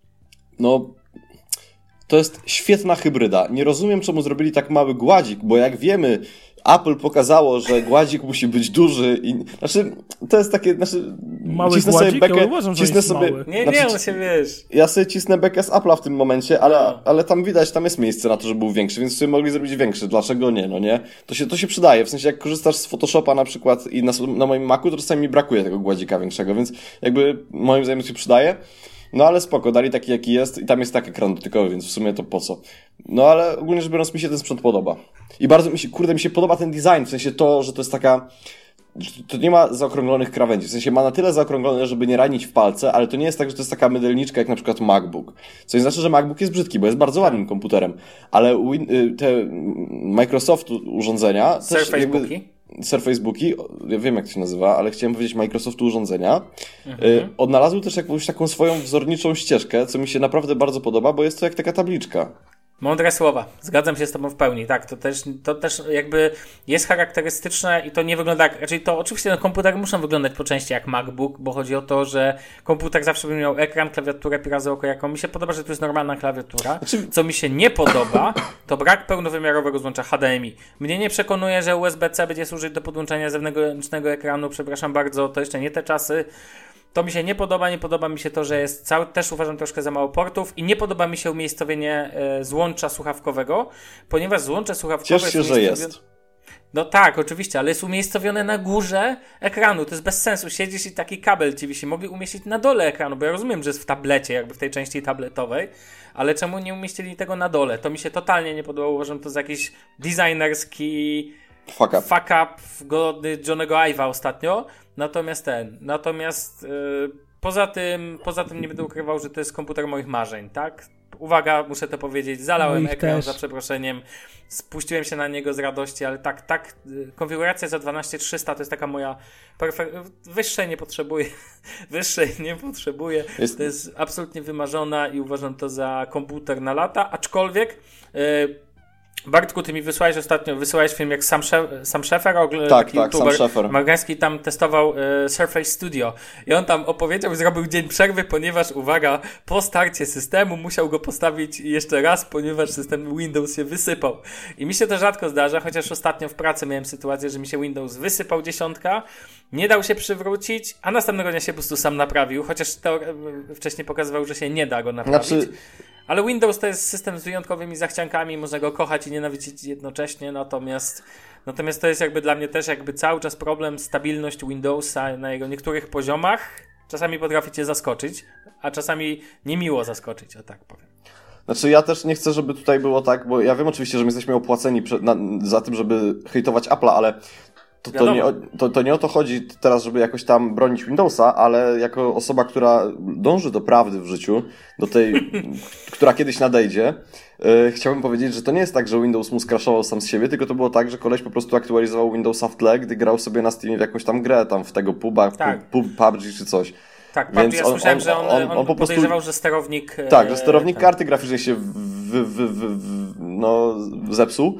no, to jest świetna hybryda. Nie rozumiem, czemu zrobili tak mały gładzik, bo jak wiemy, Apple pokazało, że gładzik musi być duży i, znaczy, to jest takie, znaczy, Mały cisnę gładzik? sobie bekę, Ja uważam, że cisnę jest sobie, mały. Nie, znaczy, nie, on się wiesz. ja sobie cisnę bekę z Apple'a w tym momencie, ale, No. ale tam widać, tam jest miejsce na to, żeby był większy, więc sobie mogli zrobić większy. Dlaczego nie, no nie? To się, to się przydaje. W sensie, jak korzystasz z Photoshopa na przykład i na, na moim Macu, to czasami mi brakuje tego gładzika większego, więc jakby moim zdaniem się przydaje. No ale spoko, dali taki jaki jest i tam jest tak ekran dotykowy, więc w sumie to po co? No ale ogólnie rzecz biorąc mi się ten sprzęt podoba. I bardzo mi się, kurde, mi się podoba ten design, w sensie to, że to jest taka... To nie ma zaokrąglonych krawędzi. W sensie ma na tyle zaokrąglone, żeby nie ranić w palce, ale to nie jest tak, że to jest taka mydelniczka jak na przykład MacBook. Co nie znaczy, że MacBook jest brzydki, bo jest bardzo ładnym komputerem. Ale win- y, te Microsoft urządzenia... też Surface jakby- Booki? Surface Booki, ja wiem jak to się nazywa, ale chciałem powiedzieć Microsoftu urządzenia, y, odnalazły też jakąś taką swoją wzorniczą ścieżkę, co mi się naprawdę bardzo podoba, bo jest to jak taka tabliczka. Mądre słowa. Zgadzam się z tobą w pełni. Tak, to też, to też jakby jest charakterystyczne i to nie wygląda jak... Raczej to oczywiście no, komputery muszą wyglądać po części jak MacBook, bo chodzi o to, że komputer zawsze będzie miał ekran, klawiaturę, pirazełko jaką. Mi się podoba, że to jest normalna klawiatura. Co mi się nie podoba, to brak pełnowymiarowego złącza H D M I. Mnie nie przekonuje, że U S B C będzie służyć do podłączenia zewnętrznego ekranu. Przepraszam bardzo, to jeszcze nie te czasy. To mi się nie podoba, nie podoba mi się to, że jest cały, też uważam troszkę za mało portów i nie podoba mi się umiejscowienie e, złącza słuchawkowego, ponieważ złącze słuchawkowe Ciesz się, jest że umiejscowione- jest. No tak, oczywiście, ale jest umiejscowione na górze ekranu. To jest bez sensu. Siedzisz i taki kabel ci wisi. Mogli umieścić na dole ekranu, bo ja rozumiem, że jest w tablecie, jakby w tej części tabletowej, ale czemu nie umieścili tego na dole? To mi się totalnie nie podobało. Uważam to za jakiś designerski Fuck up. fuck up godny Johnnego Ive'a ostatnio. Natomiast ten, natomiast yy, poza tym, poza tym nie będę ukrywał, że to jest komputer moich marzeń, tak? Uwaga, muszę to powiedzieć, zalałem Moich ekran też. za przeproszeniem, spuściłem się na niego z radości, ale tak, tak, y, konfiguracja za dwanaście trzysta to jest taka moja perfe- wyższej nie potrzebuję, wyższej nie potrzebuję, Jest- to jest absolutnie wymarzona i uważam to za komputer na lata, aczkolwiek y, Bartku, ty mi wysłałeś ostatnio, wysyłałeś film jak Sam, Szef- Sam Szefer, ogl- Tak, taki tak, Sam youtuber Szefer. amerykański, tam testował y, Surface Studio i on tam opowiedział, zrobił dzień przerwy, ponieważ, uwaga, po starcie systemu musiał go postawić jeszcze raz, ponieważ system Windows się wysypał. I mi się to rzadko zdarza, chociaż ostatnio w pracy miałem sytuację, że mi się Windows wysypał dziesiątka, nie dał się przywrócić, a następnego dnia się po prostu sam naprawił, chociaż to, y, wcześniej pokazywał, że się nie da go naprawić. Znaczy, Ale Windows to jest system z wyjątkowymi zachciankami, można go kochać i nienawidzić jednocześnie, natomiast natomiast to jest jakby dla mnie też jakby cały czas problem, stabilność Windowsa na jego niektórych poziomach czasami potrafi cię zaskoczyć, a czasami niemiło zaskoczyć, o tak powiem. Znaczy ja też nie chcę, żeby tutaj było tak, bo ja wiem oczywiście, że my jesteśmy opłaceni prze, na, za tym, żeby hejtować Apple'a, ale to, to, nie o, to, to nie o to chodzi teraz, żeby jakoś tam bronić Windowsa, ale jako osoba, która dąży do prawdy w życiu, do tej, która kiedyś nadejdzie, yy, chciałbym powiedzieć, że to nie jest tak, że Windows mu skraszował sam z siebie, tylko to było tak, że koleś po prostu aktualizował Windowsa w tle, gdy grał sobie na Steamie w jakąś tam grę, tam w tego puba, Tak. pub, P U B G czy coś. Tak, Więc ja on- słyszałem, on- że on, on- on, on po prostu- podejrzewał, że sterownik... Tak, że sterownik e, karty graficznej się w, w, w, w, w, no, zepsuł.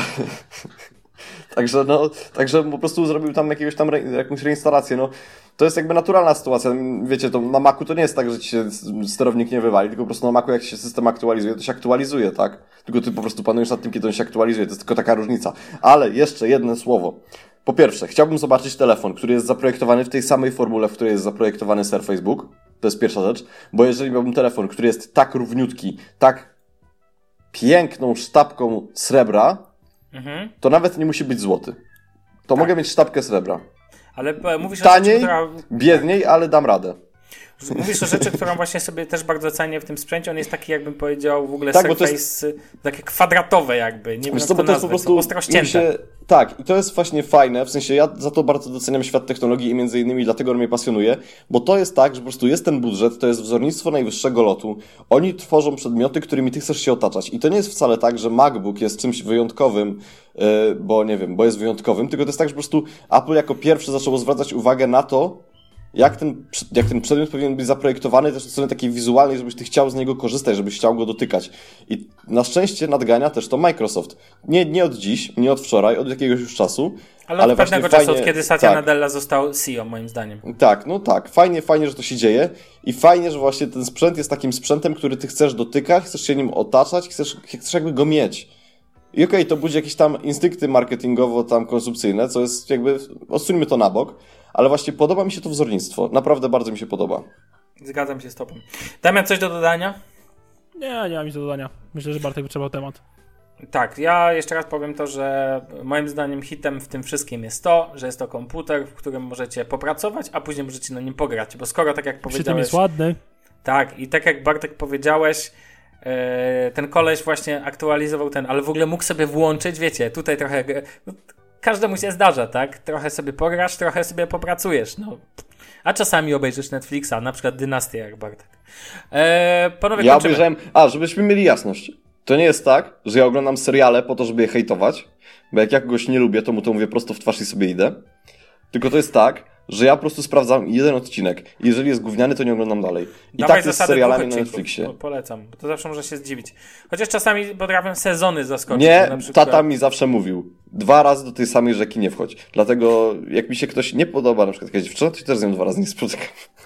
Także no, także po prostu zrobił tam jakiegoś tam re, jakąś reinstalację, no. To jest jakby naturalna sytuacja. Wiecie, to na Macu to nie jest tak, że ci się sterownik nie wywali, tylko po prostu na Macu jak się system aktualizuje, to się aktualizuje, tak? Tylko ty po prostu panujesz nad tym, kiedy on się aktualizuje. To jest tylko taka różnica. Ale jeszcze jedno słowo. Po pierwsze, chciałbym zobaczyć telefon, który jest zaprojektowany w tej samej formule, w której jest zaprojektowany Surface Book. To jest pierwsza rzecz. Bo jeżeli miałbym telefon, który jest tak równiutki, tak piękną sztabką srebra, Mhm. to nawet nie musi być złoty. To mogę mieć sztabkę srebra. Ale e, mówisz o Taniej, rzeczy, która... biedniej, ale dam radę. Mówisz o rzeczy, którą właśnie sobie też bardzo cenię w tym sprzęcie. On jest taki, jakbym powiedział, w ogóle Tak, bo to Surface, jest- y, takie kwadratowe jakby. Nie wiem, Wiesz jak co, to bo to jest po nazwać. Są prostu... ostro mi ścięte. się, tak, i to jest właśnie fajne, w sensie ja za to bardzo doceniam świat technologii i między innymi dlatego on mnie pasjonuje, bo to jest tak, że po prostu jest ten budżet, to jest wzornictwo najwyższego lotu, oni tworzą przedmioty, którymi ty chcesz się otaczać i to nie jest wcale tak, że MacBook jest czymś wyjątkowym, yy, bo nie wiem, bo jest wyjątkowym, tylko to jest tak, że po prostu Apple jako pierwsze zaczęło zwracać uwagę na to, Jak ten, jak ten przedmiot powinien być zaprojektowany też od strony takiej wizualnej, żebyś ty chciał z niego korzystać, żebyś chciał go dotykać. I na szczęście nadgania też to Microsoft. Nie, nie od dziś, nie od wczoraj, od jakiegoś już czasu. Ale, ale od pewnego właśnie czasu, fajnie, od kiedy Satya tak, Nadella został C E O, moim zdaniem. Tak, no tak. Fajnie, fajnie, że to się dzieje i fajnie, że właśnie ten sprzęt jest takim sprzętem, który ty chcesz dotykać, chcesz się nim otaczać, chcesz, chcesz jakby go mieć. I okej, okay, to budzi jakieś tam instynkty marketingowo tam konsumpcyjne, co jest jakby, odsuńmy to na bok, ale właśnie podoba mi się to wzornictwo. Naprawdę bardzo mi się podoba. Zgadzam się z tobą. Damian, coś do dodania? Nie, nie mam nic do dodania. Myślę, że Bartek wytrzymał temat. Tak, ja jeszcze raz powiem to, że moim zdaniem hitem w tym wszystkim jest to, że jest to komputer, w którym możecie popracować, a później możecie na nim pograć, bo skoro tak jak Przy tym powiedziałeś... jest ładny. Tak, i tak jak Bartek powiedziałeś, yy, ten koleś właśnie aktualizował ten, ale w ogóle mógł sobie włączyć, wiecie, tutaj trochę... No, każdemu się zdarza, tak? Trochę sobie pograsz, trochę sobie popracujesz, no. A czasami obejrzysz Netflixa, na przykład Dynastię, jak Bartek. Eee, panowie, Ja kończymy. obejrzałem... A, żebyśmy mieli jasność. To nie jest tak, że ja oglądam seriale po to, żeby je hejtować, bo jak ja kogoś nie lubię, to mu to mówię prosto w twarz i sobie idę. Tylko to jest tak, że ja po prostu sprawdzam jeden odcinek. I jeżeli jest gówniany, to nie oglądam dalej. I Dawaj tak jest z zasady serialami dwóch na odcinków. Netflixie. Po- Polecam, bo to zawsze może się zdziwić. Chociaż czasami potrafię sezony zaskoczyć. Nie, na przykład... tata mi zawsze mówił, dwa razy do tej samej rzeki nie wchodź. Dlatego jak mi się ktoś nie podoba, na przykład jakaś dziewczyna, to się też z nią dwa razy nie spotykam.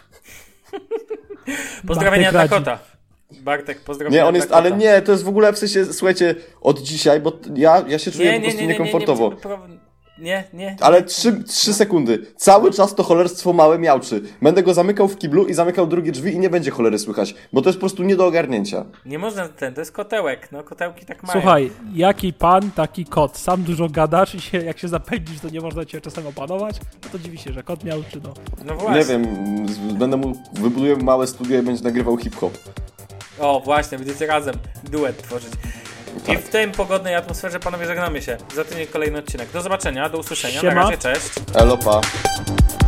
Pozdrowienia Bartek dla radzi. kota. Bartek, pozdrowienia Nie, on dla jest, kota. ale nie, to jest w ogóle w sensie, słuchajcie, od dzisiaj, bo ja, ja się czuję po prostu niekomfortowo. Nie, nie, nie, nie. Ale trzy, trzy sekundy. Cały czas to cholerstwo małe miauczy. Będę go zamykał w kiblu i zamykał drugie drzwi i nie będzie cholery słychać, bo to jest po prostu nie do ogarnięcia. Nie można ten, to jest kotełek, no kotełki tak mają. Słuchaj, jaki pan, taki kot. Sam dużo gadasz i się, jak się zapędzisz, to nie można cię czasem opanować. No to dziwi się, że kot miał, czy no. No właśnie. Nie wiem, z- będę mu, wybuduję małe studio i będzie nagrywał hip-hop. O, właśnie, będziecie razem duet tworzyć. I w tej pogodnej atmosferze, panowie, żegnamy się. Za tydzień kolejny odcinek. Do zobaczenia, do usłyszenia. Siema. Na razie, cześć. Elo, pa.